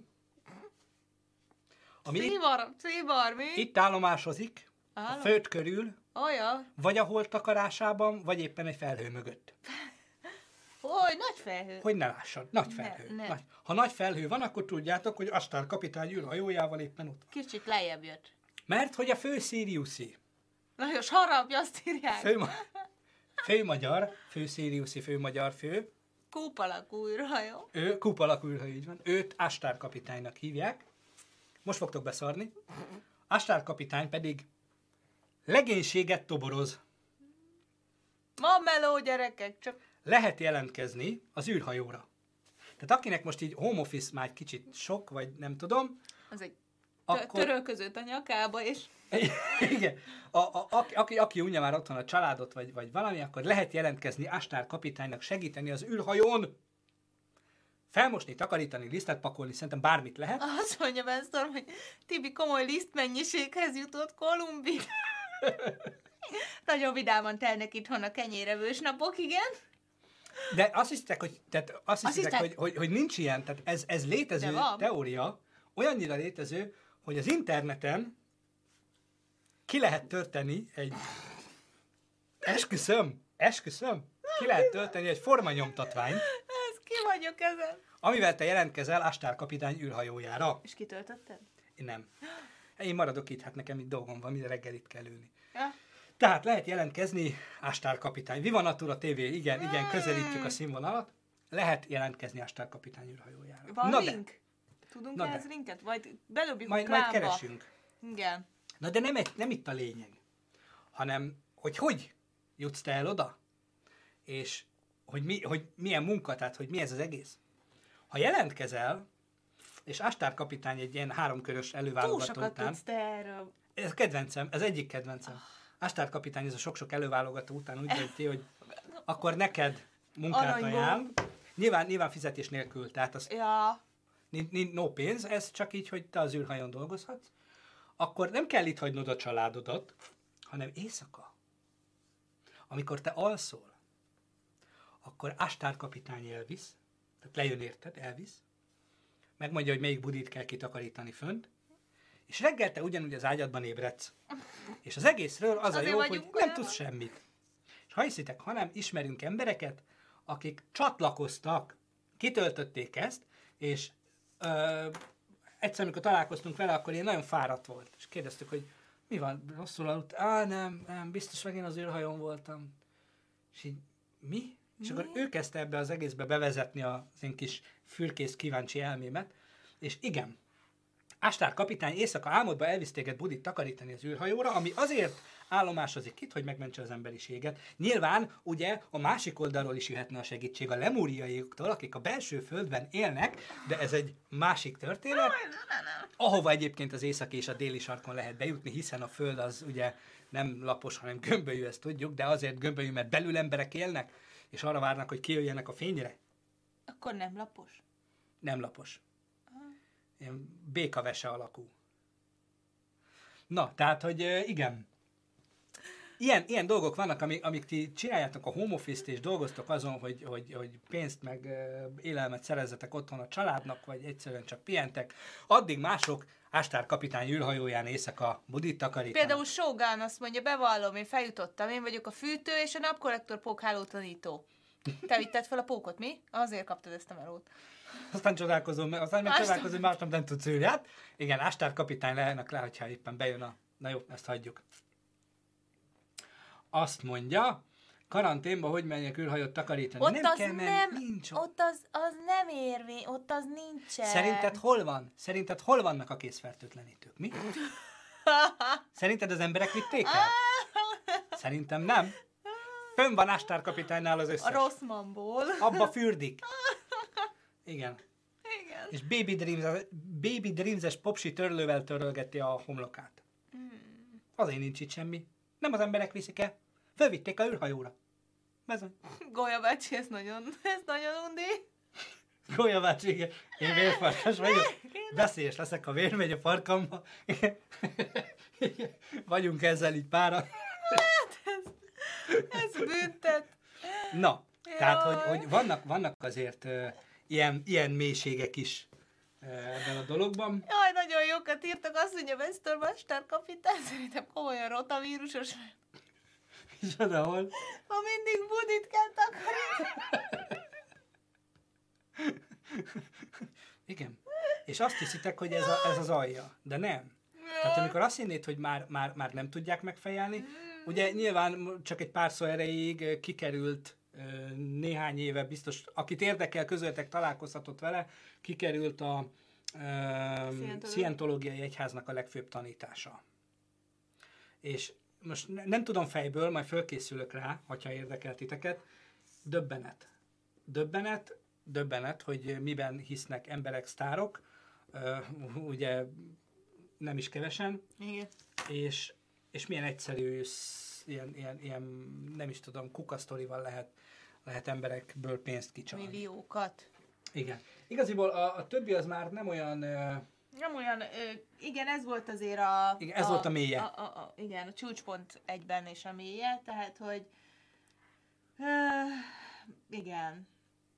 ami itt, Szívar, szívar, mi? itt állomásozik, a Állom. föld körül, Olyan. vagy a hold takarásában, vagy éppen egy felhő mögött. Hogy, nagy felhő. Hogy ne lássad. Nagy felhő. ne. Nagy. Ha nagy felhő van, akkor tudjátok, hogy Astar kapitány űrhajójával éppen ott van. Kicsit lejjebb jött. Mert hogy a fő Siriusi, Lajos, harapja, azt írják. fő, ma- fő magyar, fő Siriusi, fő magyar fő, Kúp alakú űrhajó. ő kúp alakú űrhajó, így van, őt Astar kapitánynak hívják. Most fogtok beszarni. Astar kapitány pedig legénységet toboroz. Ma meló, gyerekek, csak Lehet jelentkezni az űrhajóra. Tehát akinek most így home office már egy kicsit sok, vagy nem tudom, az egy Akkor- Akkor... törölközött a nyakába, és igen, a, a, aki, aki, aki unja már otthon a családot, vagy, vagy valami, akkor lehet jelentkezni Astar kapitánynak, segíteni az űrhajón, felmosni, takarítani, lisztet pakolni, szerintem bármit lehet. azt mondja Benstorm, hogy Tibi komoly lisztmennyiséghez jutott Kolumbi. Nagyon vidáman telnek itthon a kenyérevős napok, igen. De azt hiszitek, hogy, tehát azt Azt hiszitek, hiszem- hogy, hogy, hogy nincs ilyen, tehát ez, ez létező De van. teória, olyannyira létező, hogy az interneten ki lehet tölteni egy, esküszöm, esküszöm, ki lehet tölteni egy formanyomtatványt, Ez ki vagyok ezen. amivel te jelentkezel Astar kapitány űrhajójára. És kitöltötted? Én nem. Én maradok itt, hát nekem itt dolgom van, minden reggel itt kell ülni. Ja. Tehát lehet jelentkezni Astar kapitány. Viva Natura té vé, igen, igen, közelítjük a színvonalat. Lehet jelentkezni Astar kapitány űrhajójára. Van Na link? Tudunk Na ehhez de. linket? Majd belöbjük Majd, a majd klámba. keresünk. Igen. Na de nem, egy- nem itt a lényeg, hanem hogy hogy jutsz te el oda, és hogy, mi, hogy milyen munka, tehát hogy mi ez az egész. Ha jelentkezel, és Astar kapitány egy ilyen háromkörös Túl előválogató sokat után, tudsz te erről. ez kedvencem, ez egyik kedvencem. Ástár kapitány ez a sok-sok előválogató után úgy dönti, hogy akkor neked munkát Aranyból. ajánl. Nyilván, nyilván fizetés nélkül, tehát az Ja. nincs, nincs no pénz, ez csak így, hogy te az űrhajón dolgozhatsz. Akkor nem kell itt hagynod a családodat, hanem éjszaka, amikor te alszol, akkor Ástár kapitány elvisz, tehát lejön érted, elvisz, megmondja, hogy melyik budit kell kitakarítani fönt, és reggel te ugyanúgy az ágyadban ébredsz. És az egészről az a Azért jó, hogy vagyunk nem olyan. tudsz semmit. És ha hiszitek, hanem ismerünk embereket, akik csatlakoztak, kitöltötték ezt, és ö, egyszer, amikor találkoztunk vele, akkor én nagyon fáradt volt. És kérdeztük, hogy mi van, rosszul aludt? Á, nem, nem, biztos megint az űrhajón voltam. És így, mi? És akkor ő kezdte ebbe az egészbe bevezetni az én kis fürkész kíváncsi elmémet, és igen, Ástár kapitány éjszaka álmodba elvisz téged Budit takarítani az űrhajóra, ami azért állomásozik itt, hogy megmentse az emberiséget. Nyilván, ugye, a másik oldalról is jöhetne a segítség a lemúriaiaktól, akik a belső földben élnek, de ez egy másik történet, ahova egyébként az északi és a déli sarkon lehet bejutni, hiszen a föld az ugye nem lapos, hanem gömbölyű, ezt tudjuk, de azért gömbölyű, mert belül emberek élnek, és arra várnak, hogy kijöjjenek a fényre. Akkor nem lapos. Nem lapos. Ilyen békavese alakú. Na, tehát, hogy euh, igen. Ilyen, ilyen dolgok vannak, amik, amik ti csináljátok a home office-t, és dolgoztok azon, hogy, hogy, hogy pénzt meg euh, élelmet szerezzetek otthon a családnak, vagy egyszerűen csak pihentek. Addig mások Ástár kapitány űrhajóján éjszaka Budit takarítanak. Például Shogun azt mondja, bevallom, én feljutottam, én vagyok a fűtő és a napkollektor pókháló tanító. Te vitted fel a pókot, mi? Azért kaptad ezt a melót. Aztán csodálkozom, aztán meg Ástár- csodálkozom, hogy másnap nem tudsz ülni. Hát igen, Ástár kapitány lehetnek le, hogyha éppen bejön a... Na jó, ezt hagyjuk. Azt mondja, karanténba hogy menjek űrhajót takarítani? Ott nem az kell menni, nem, nincs ott. ott az, az nem érvény, ott az nincsen. Szerinted hol van? Szerinted hol vannak a készfertőtlenítők? Mi? Szerinted az emberek vitték el? Szerintem nem. Fönn van Ástár kapitánynál az A összes. rossz mamból. Abba fürdik. Igen. Igen. És Baby Dreams, Baby Dreams-es popsi törlővel törölgeti a homlokát. Hmm. Azért nincs itt semmi. Nem az emberek viszik el. Fölvitték a űrhajóra. Bezony. Golya bácsi, ez nagyon, ez nagyon undi. Golya bácsi, igen. Én vérfarkas vagyok. Veszélyes leszek, a vér megy a farkamba. Vagyunk ezzel így pára. Ez büntet. Na, tehát, Jaj. hogy, hogy vannak, vannak azért uh, ilyen, ilyen mélységek is uh, ebben a dologban. Jaj, nagyon jókat írtak, azt mondja, Vesztor Mester kapitány, szerintem komolyan rotavírusos, És odahol. ha mindig Budit kell takarítani. Igen. És azt hiszitek, hogy ez, a, ez az alja. De nem. Tehát amikor azt hinnéd, hogy már, már, már nem tudják megfejelni, ugye nyilván csak egy pár szó erejéig kikerült ö, néhány éve, biztos, akit érdekel, közöltek, találkozhatott vele, kikerült a ö, szientológiai egyháznak a legfőbb tanítása. És most ne, nem tudom fejből, majd fölkészülök rá, hogyha érdekel titeket, döbbenet. Döbbenet, döbbenet, hogy miben hisznek emberek, sztárok, ö, ugye nem is kevesen, Igen. és, és milyen egyszerű, sz- ilyen, ilyen, ilyen, nem is tudom, kukasztorival lehet, lehet emberekből pénzt kicsalni. Milliókat. Igen. Igaziból a, a többi az már nem olyan, ö, Nem olyan, ö, igen, ez volt azért a... Igen, ez volt a mélye. A, a, a, igen, a csúcspont egyben és a mélye, tehát, hogy... Uh, igen.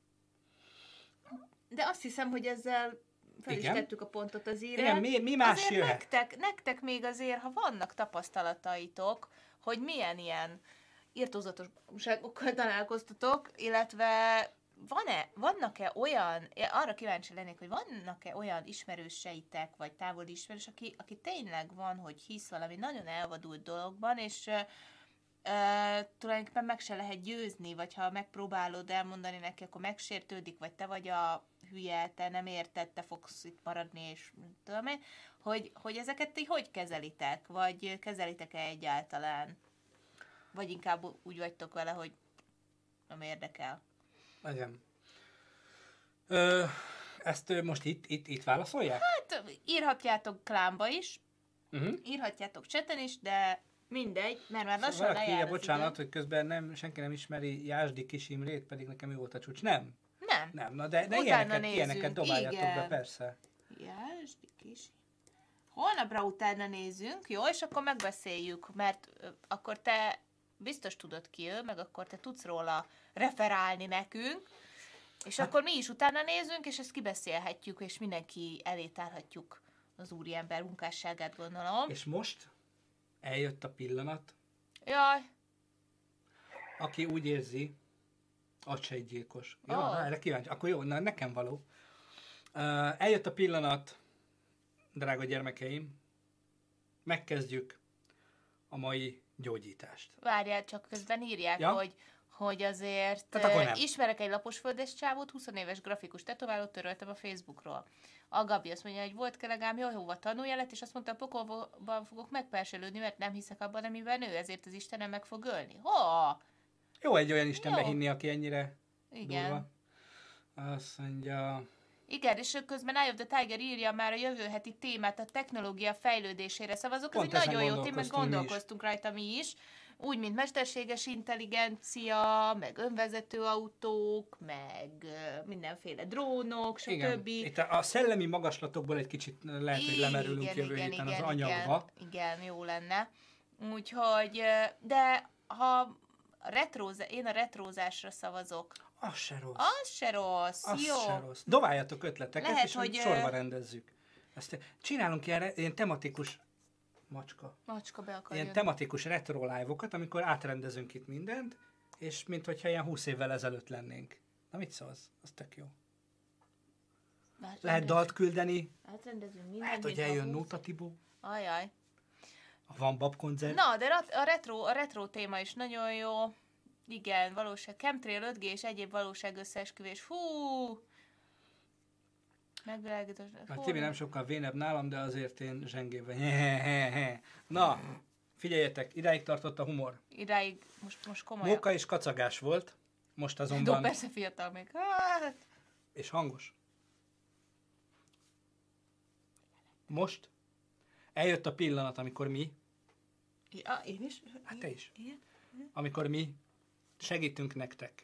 De azt hiszem, hogy ezzel fel Igen. is tettük a pontot az íre. Igen, mi- mi más azért jöhet? Nektek, nektek még azért, ha vannak tapasztalataitok, hogy milyen ilyen irtózatosságokkal találkoztatok, illetve van-e, vannak-e olyan, én arra kíváncsi lennék, hogy vannak-e olyan ismerőseitek, vagy távoli ismerős, aki, aki tényleg van, hogy hisz valami nagyon elvadult dologban, és uh, uh, tulajdonképpen meg se lehet győzni, vagy ha megpróbálod elmondani neki, akkor megsértődik, vagy te vagy a hülye, te nem érted, te fogsz itt maradni, és tudom én, hogy, hogy ezeket ti hogy kezelitek, vagy kezelitek-e egyáltalán? Vagy inkább úgy vagytok vele, hogy nem érdekel. Igen. Ö, ezt ö, most itt, itt, itt válaszolják? Hát írhatjátok klámba is, Uh-huh. írhatjátok cseten is, de Mindegy, mert már lassan Valaki lejár írja, az bocsánat, idő. hogy közben nem, senki nem ismeri Jásdi Kis Imrét, pedig nekem ő volt a csúcs. Nem, Nem. nem, na de, de Utána ilyeneket, nézzünk, ilyeneket dobáljatok be, igen. persze. Jásdi kis. Holnapra utána nézzünk, jó? És akkor megbeszéljük, mert ö, akkor te biztos tudod ki ő, meg akkor te tudsz róla referálni nekünk, és hát, akkor mi is utána nézzünk, és ezt kibeszélhetjük, és mindenki elé tárhatjuk az úriember munkásságát, gondolom. És most eljött a pillanat, Jaj, aki úgy érzi, az se egy gyilkos. Jó, Ó. na, erre kíváncsi. Akkor jó, na, nekem való. Uh, eljött a pillanat, drága gyermekeim, megkezdjük a mai gyógyítást. várjál, csak közben írják, Ja? hogy, hogy azért Tehát akkor nem. uh, ismerek egy laposföldes csávót, húsz éves grafikus tetoválót töröltem a Facebookról. A Gabi azt mondja, hogy volt kelegám, jól hova tanuljelet, és azt mondta, a pokolban fogok megperselődni, mert nem hiszek abban, amiben ő, ezért az Istenem meg fog ölni. Ho! Jó egy olyan Istenbe Jó. hinni, aki ennyire Igen. durva. Azt mondja... Igen, és közben Eye of the Tiger írja már a jövő heti témát, a technológia fejlődésére szavazok. Ez Pont egy ezen nagyon jó téma, meg gondolkoztunk mi is. gondolkoztunk rajta mi is. Úgy, mint mesterséges intelligencia, meg önvezető autók, meg ö, mindenféle drónok, Igen, stb. itt a a szellemi magaslatokból egy kicsit lehet, hogy lemerülünk Igen, jövő igen, héten igen, az anyagba. Igen, igen, jó lenne. Úgyhogy, ö, de ha retróz, én a retrózásra szavazok. Az se rossz. Az se rossz, Az jó. se rossz. Dobáljatok ötleteket, Lehet, és hogy, hogy sorba ö, rendezzük. Ezt csinálunk ilyen, re- ilyen tematikus macska. Macska be akar Ilyen jönni. tematikus retro live-okat, amikor átrendezünk itt mindent, és mint hogyha ilyen húsz évvel ezelőtt lennénk. Na mit szólsz? Az tök jó. Átrendez- Lehet dalt küldeni, Átrendezünk mindent, lehet, hogy mint a eljön húsz- Nóta Tibó, Ajaj. a Van Bab koncert. Na, de rat- a retro, a retro téma is nagyon jó. Igen, valóság. Chemtrail, öt G és egyéb valóság összeesküvés. Hú! Megvilágítós. A Hú, Tibi nem sokkal vénebb nálam, de azért én zsengében. Na, figyeljetek, idáig tartott a humor. Idáig, most, most komolyan. Móka és kacagás volt, most Do, azonban, persze fiatal még. Hát. és hangos. Most eljött a pillanat, amikor mi, Ja, én is? hát te is, Igen? amikor mi segítünk nektek.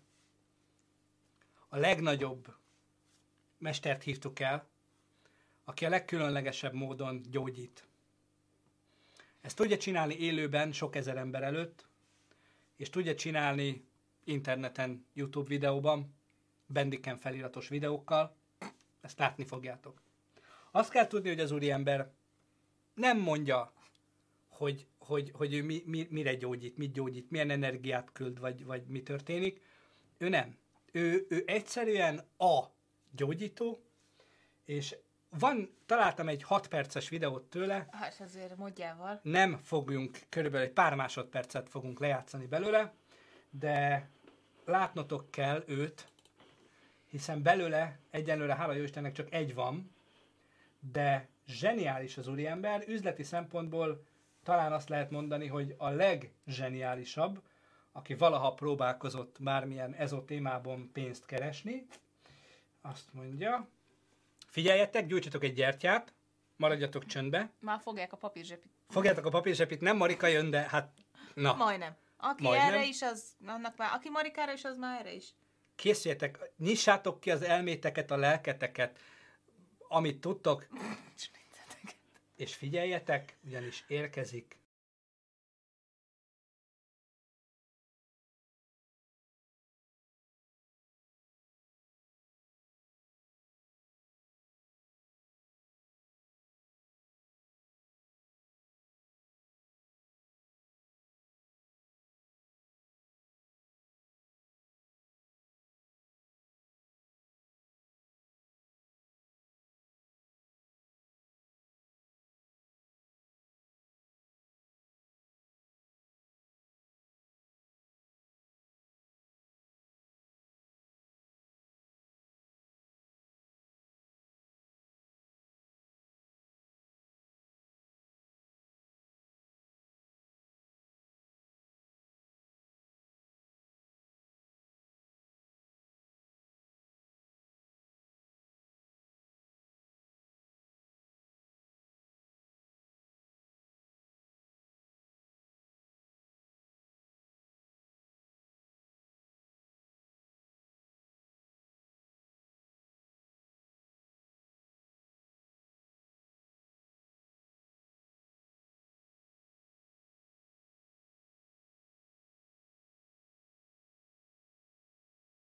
A legnagyobb mestert hívtuk el, aki a legkülönlegesebb módon gyógyít. Ezt tudja csinálni élőben sok ezer ember előtt, és tudja csinálni interneten, YouTube videóban, Bendiken feliratos videókkal. Ezt látni fogjátok. Azt kell tudni, hogy az úriember nem mondja, hogy, hogy, hogy ő mi, mi, mire gyógyít, mit gyógyít, milyen energiát küld, vagy, vagy mi történik. Ő nem. Ő, ő egyszerűen a gyógyító, és van, találtam egy hat perces videót tőle, Hát azért módjával. nem fogjunk, körülbelül egy pár másodpercet fogunk lejátszani belőle, de látnotok kell őt, hiszen belőle egyenlőre, hála jó Istennek, csak egy van, de zseniális az úriember, üzleti szempontból talán azt lehet mondani, hogy a legzseniálisabb, aki valaha próbálkozott bármilyen ezotémában pénzt keresni. Azt mondja, figyeljetek, gyújtsatok egy gyertyát, maradjatok csöndbe, Már fogják a papírzsepit. fogjátok a papírzsepit, nem Marika jön, de hát, na, Majdnem. Aki Majdnem. erre is, az annak már, aki Marikára is, az már erre is. készüljetek, nyissátok ki az elméteket, a lelketeket, amit tudtok, és figyeljetek, ugyanis érkezik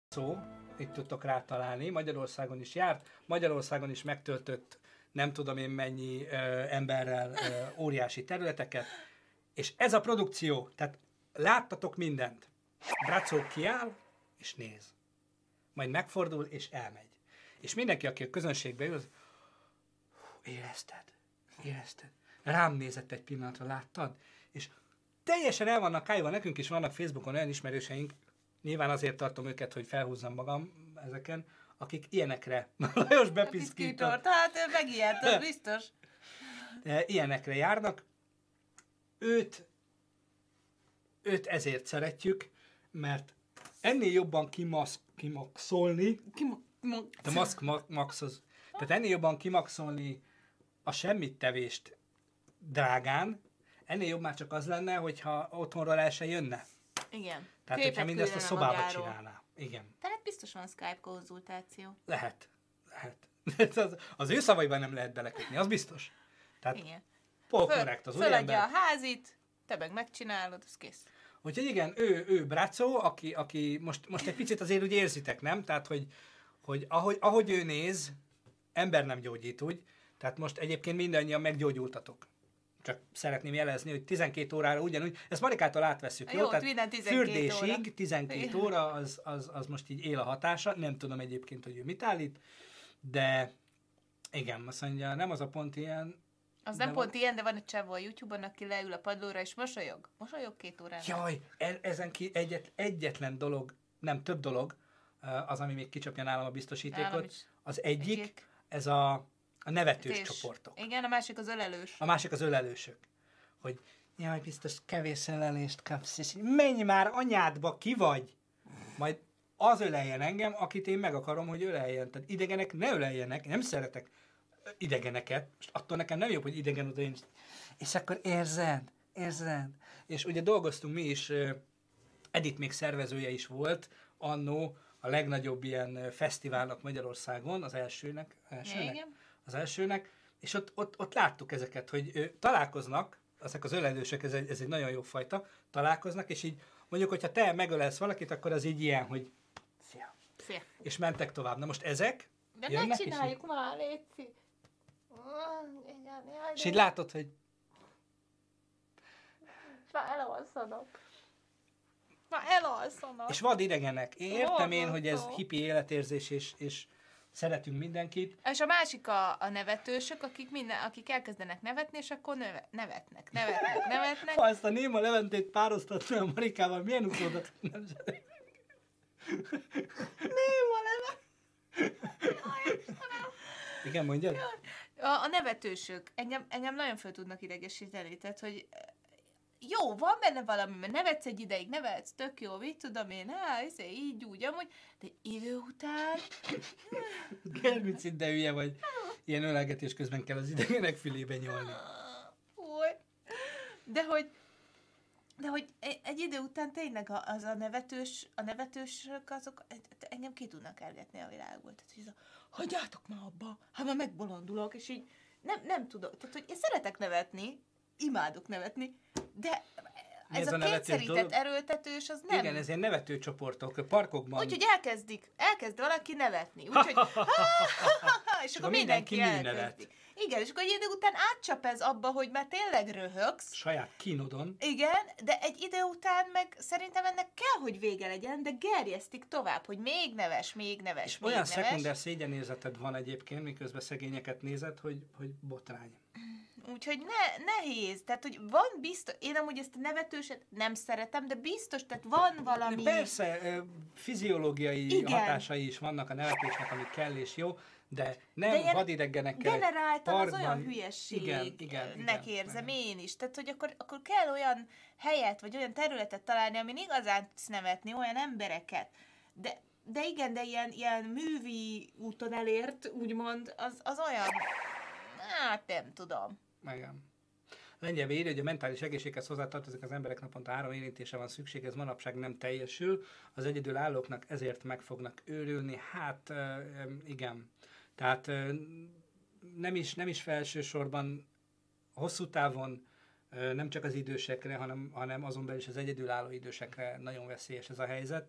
szó, itt tudtok rátalálni, Magyarországon is járt, Magyarországon is megtöltött nem tudom én mennyi ö, emberrel ö, óriási területeket, és ez a produkció, tehát láttatok mindent. Braco kiáll, és néz. Majd megfordul, és elmegy. És mindenki, aki a közönségbe ül, az, érezted, érezted. Rám nézett egy pillanatra, láttad? És teljesen el vannak kájva, nekünk is vannak Facebookon olyan ismerőseink, nyilván azért tartom őket, hogy felhúzzam magam ezeken, akik ilyenekre, Lajos bepiszkított. Hát megijedt, az biztos. Ilyenekre járnak. Őt, őt ezért szeretjük, mert ennél jobban kimax, kimaxolni, Kim- a maszk ma- max az, tehát ennél jobban kimaxolni a semmittevést drágán, ennél jobb már csak az lenne, hogyha otthonról el se jönne. Igen. Tehát, Képet hogyha mindezt a küldene szobába magáról. csinálná. Igen. Tehát biztos van Skype konzultáció. Lehet. Lehet. az, az ő szavaiban nem lehet belekötni, az biztos. Tehát Igen. Paul Föl, korrekt az új föladja ember. a házit, te meg megcsinálod, az kész. Úgyhogy igen, ő, ő Braco, aki, aki most, most egy picit azért úgy érzitek, nem? Tehát, hogy, hogy ahogy, ahogy ő néz, ember nem gyógyít úgy. Tehát most egyébként mindannyian meggyógyultatok. Csak szeretném jelezni, hogy tizenkét órára ugyanúgy, ezt Marikától átveszük, jó? Jó, Tehát minden tizenkét fürdésig óra. tizenkét óra, az, az, az most így él a hatása. Nem tudom egyébként, hogy ő mit állít, de igen, azt mondja, nem az a pont ilyen. Az nem de pont ilyen, de van egy csávó a YouTube-on, aki leül a padlóra és mosolyog. Mosolyog két órán. Jaj, e- ezen ki egyet, egyetlen dolog, nem több dolog, az, ami még kicsapja nálam a Nálam biztosítékot. is. Az egyik, Egyik. ez a, a nevetős És- csoportok. Igen, a másik az ölelős. A másik az ölelősök. Hogy jaj, biztos kevés ölelést kapsz, és menj már anyádba, ki vagy? Majd az öleljen engem, akit én meg akarom, hogy öleljen. Tehát idegenek ne öleljenek, nem szeretek idegeneket. Most attól nekem nem jobb, hogy idegen oda én. És akkor érzed, érzed. És ugye dolgoztunk mi is, Edith még szervezője is volt, annó a legnagyobb ilyen fesztiválnak Magyarországon, az elsőnek, elsőnek, Igen. az elsőnek, és ott, ott, ott láttuk ezeket, hogy ö, találkoznak, ezek az ölelősek, ez egy, ez egy nagyon jó fajta, találkoznak, és így mondjuk, hogyha te megölelsz valakit, akkor az így ilyen, hogy szia. Szia. És mentek tovább. Na most ezek De ne jönnek, és így, csináljuk már, léci. Igen, jaj, és de így látod, hogy már elalszanak. Már elalszanak. és vad idegenek. Értem én, hogy ez Borzasztó. hippi életérzés, és, és szeretünk mindenkit. És a másik a, a nevetősök, akik, minden, akik elkezdenek nevetni, és akkor neve, nevetnek, nevetnek, nevetnek. Ha ezt a Néma Leventét pároztatna a Marikával, milyen utódat nem szeretnék. Néma leve. Igen, mondjad? A, a nevetősök engem, engem nagyon föl tudnak idegesíteni, tehát, hogy jó, van benne valami, mert nevetsz egy ideig, nevetsz, tök jó, mit tudom én, há, ez így, úgy, amúgy, de idő után... Germicid, de hülye vagy. Ilyen ölelgetés közben kell az idegenek fülébe nyolni. Fúj. De hogy, de hogy egy, egy idő után tényleg a- az a nevetős, a nevetősök azok engem ki tudnak elgetni a világból. Tehát, hogy ez a, hagyjátok már abba, hát már megbolondulok, és így nem, nem tudok. Tehát, hogy én szeretek nevetni, imádok nevetni, de Mi ez, ez a, a nevetős kényszerített dolog? erőltetős, az nem. Igen, ez ilyen nevetőcsoportok, parkokban. Úgyhogy elkezdik, elkezd valaki nevetni. Úgyhogy, és akkor mindenki mindenki mindig elkezdi. Igen, és akkor egy idő után átcsap ez abba, hogy már tényleg röhögsz. Saját kínodon. Igen, de egy idő után meg szerintem ennek kell, hogy vége legyen, de gerjesztik tovább, hogy még neves, még neves, És még olyan neves. szekunder szégyenérzeted van egyébként, miközben szegényeket nézed, hogy, hogy botrány. Úgyhogy ne, nehéz, tehát hogy van biztos, én amúgy ezt a nevetőset nem szeretem, de biztos, tehát van valami... De persze, ö, fiziológiai Igen. hatásai is vannak a nevetésnek, ami kell és jó, de nem De ilyen vadidegenekkel egy generáltan az parkban- olyan hülyeségnek igen, igen, igen, érzem igen. én is. Tehát, hogy akkor, akkor kell olyan helyet, vagy olyan területet találni, amin igazán tudsz nevetni, olyan embereket. De, de igen, de ilyen, ilyen művi úton elért, úgymond, az, az olyan... Hát nem tudom. Igen. Lengyel írja, hogy a mentális egészséghez hozzátartozik az emberek naponta három érintése van szükség, ez manapság nem teljesül, az egyedülállóknak ezért meg fognak őrülni. Hát ö, ö, igen. Tehát ö, nem is, nem is felsősorban hosszú távon ö, nem csak az idősekre, hanem, hanem azon belül is az egyedülálló idősekre nagyon veszélyes ez a helyzet.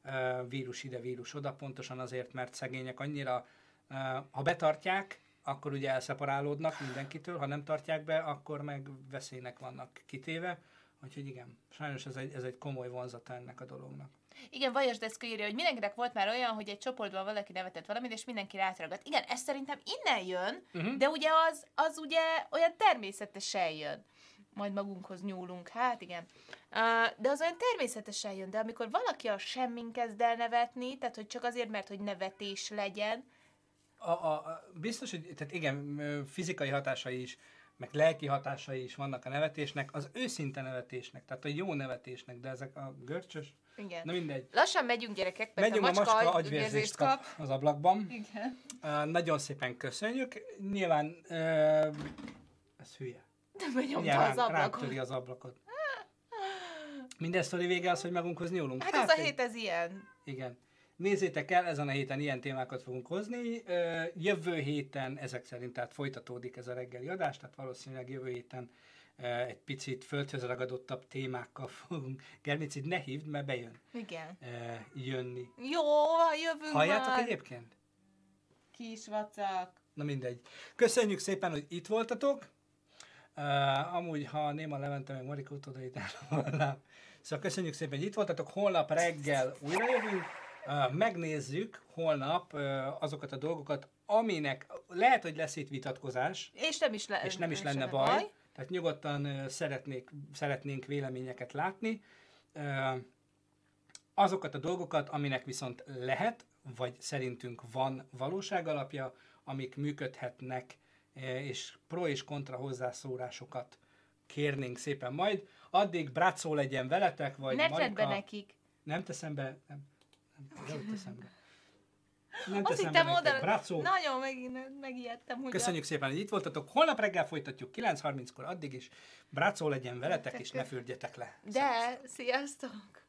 vírus ide, vírus oda, pontosan azért, mert szegények annyira, ha betartják, akkor ugye elszeparálódnak mindenkitől, ha nem tartják be, akkor meg veszélynek vannak kitéve. Úgyhogy igen, sajnos ez egy, ez egy komoly vonzata ennek a dolognak. Igen, Vajas Deszka írja, hogy mindenkinek volt már olyan, hogy egy csoportban valaki nevetett valamit, és mindenki rátragadt. Igen, ez szerintem innen jön, uh-huh. de ugye az, az ugye olyan természetesen jön. Majd magunkhoz nyúlunk, hát igen. Uh, de az olyan természetesen jön, de amikor valaki a semmin kezd el nevetni, tehát hogy csak azért, mert hogy nevetés legyen. A, a, a, biztos, hogy tehát igen, fizikai hatásai is, meg lelki hatásai is vannak a nevetésnek, az őszinte nevetésnek, tehát a jó nevetésnek, de ezek a görcsös, igen. Na mindegy. Lassan megyünk, gyerekek, mert megyünk, a macska, a macska agyvérzést kap. kap az ablakban. Igen. Uh, nagyon szépen köszönjük. Nyilván uh, ez hülye. Benyomta az ablakot. Rátöri az ablakot. Minden sztori vége az, hogy magunkhoz nyúlunk. Hát, hát ez a hét, ez ilyen. Igen. Nézzétek el, ezen a héten ilyen témákat fogunk hozni. Jövő héten ezek szerint tehát folytatódik ez a reggeli adás, tehát valószínűleg jövő héten egy picit földhöz ragadottabb témákkal fogunk. Germicid, ne hívd, mert bejön. Igen. Jönni. Jó, jövünk Halljátok már. egyébként? Kis vacak. Na mindegy. Köszönjük szépen, hogy itt voltatok. Uh, amúgy, ha Néma Levente meg Marikót odaítálom. Szóval köszönjük szépen, hogy itt voltatok. Holnap reggel újra jövünk. Uh, megnézzük holnap uh, azokat a dolgokat, aminek lehet, hogy lesz itt vitatkozás. És nem is, le- és nem is lenne baj. baj. Tehát nyugodtan uh, szeretnék, szeretnénk véleményeket látni. Uh, azokat a dolgokat, aminek viszont lehet, vagy szerintünk van valóságalapja, amik működhetnek, és pro és kontra hozzászólásokat kérnénk szépen majd. Addig Brácó legyen veletek, vagy ne Marika. Ne be nekik. Nem teszem be. Nem, nem, nem teszem be. Nem Azt teszem hittem be nektek, oda, Brácó. nagyon megint megijedtem. Hogy Köszönjük a... szépen, hogy itt voltatok. Holnap reggel folytatjuk kilenc harminckor, addig is Brácó legyen veletek, és ne fürdjetek le. De, sziasztok!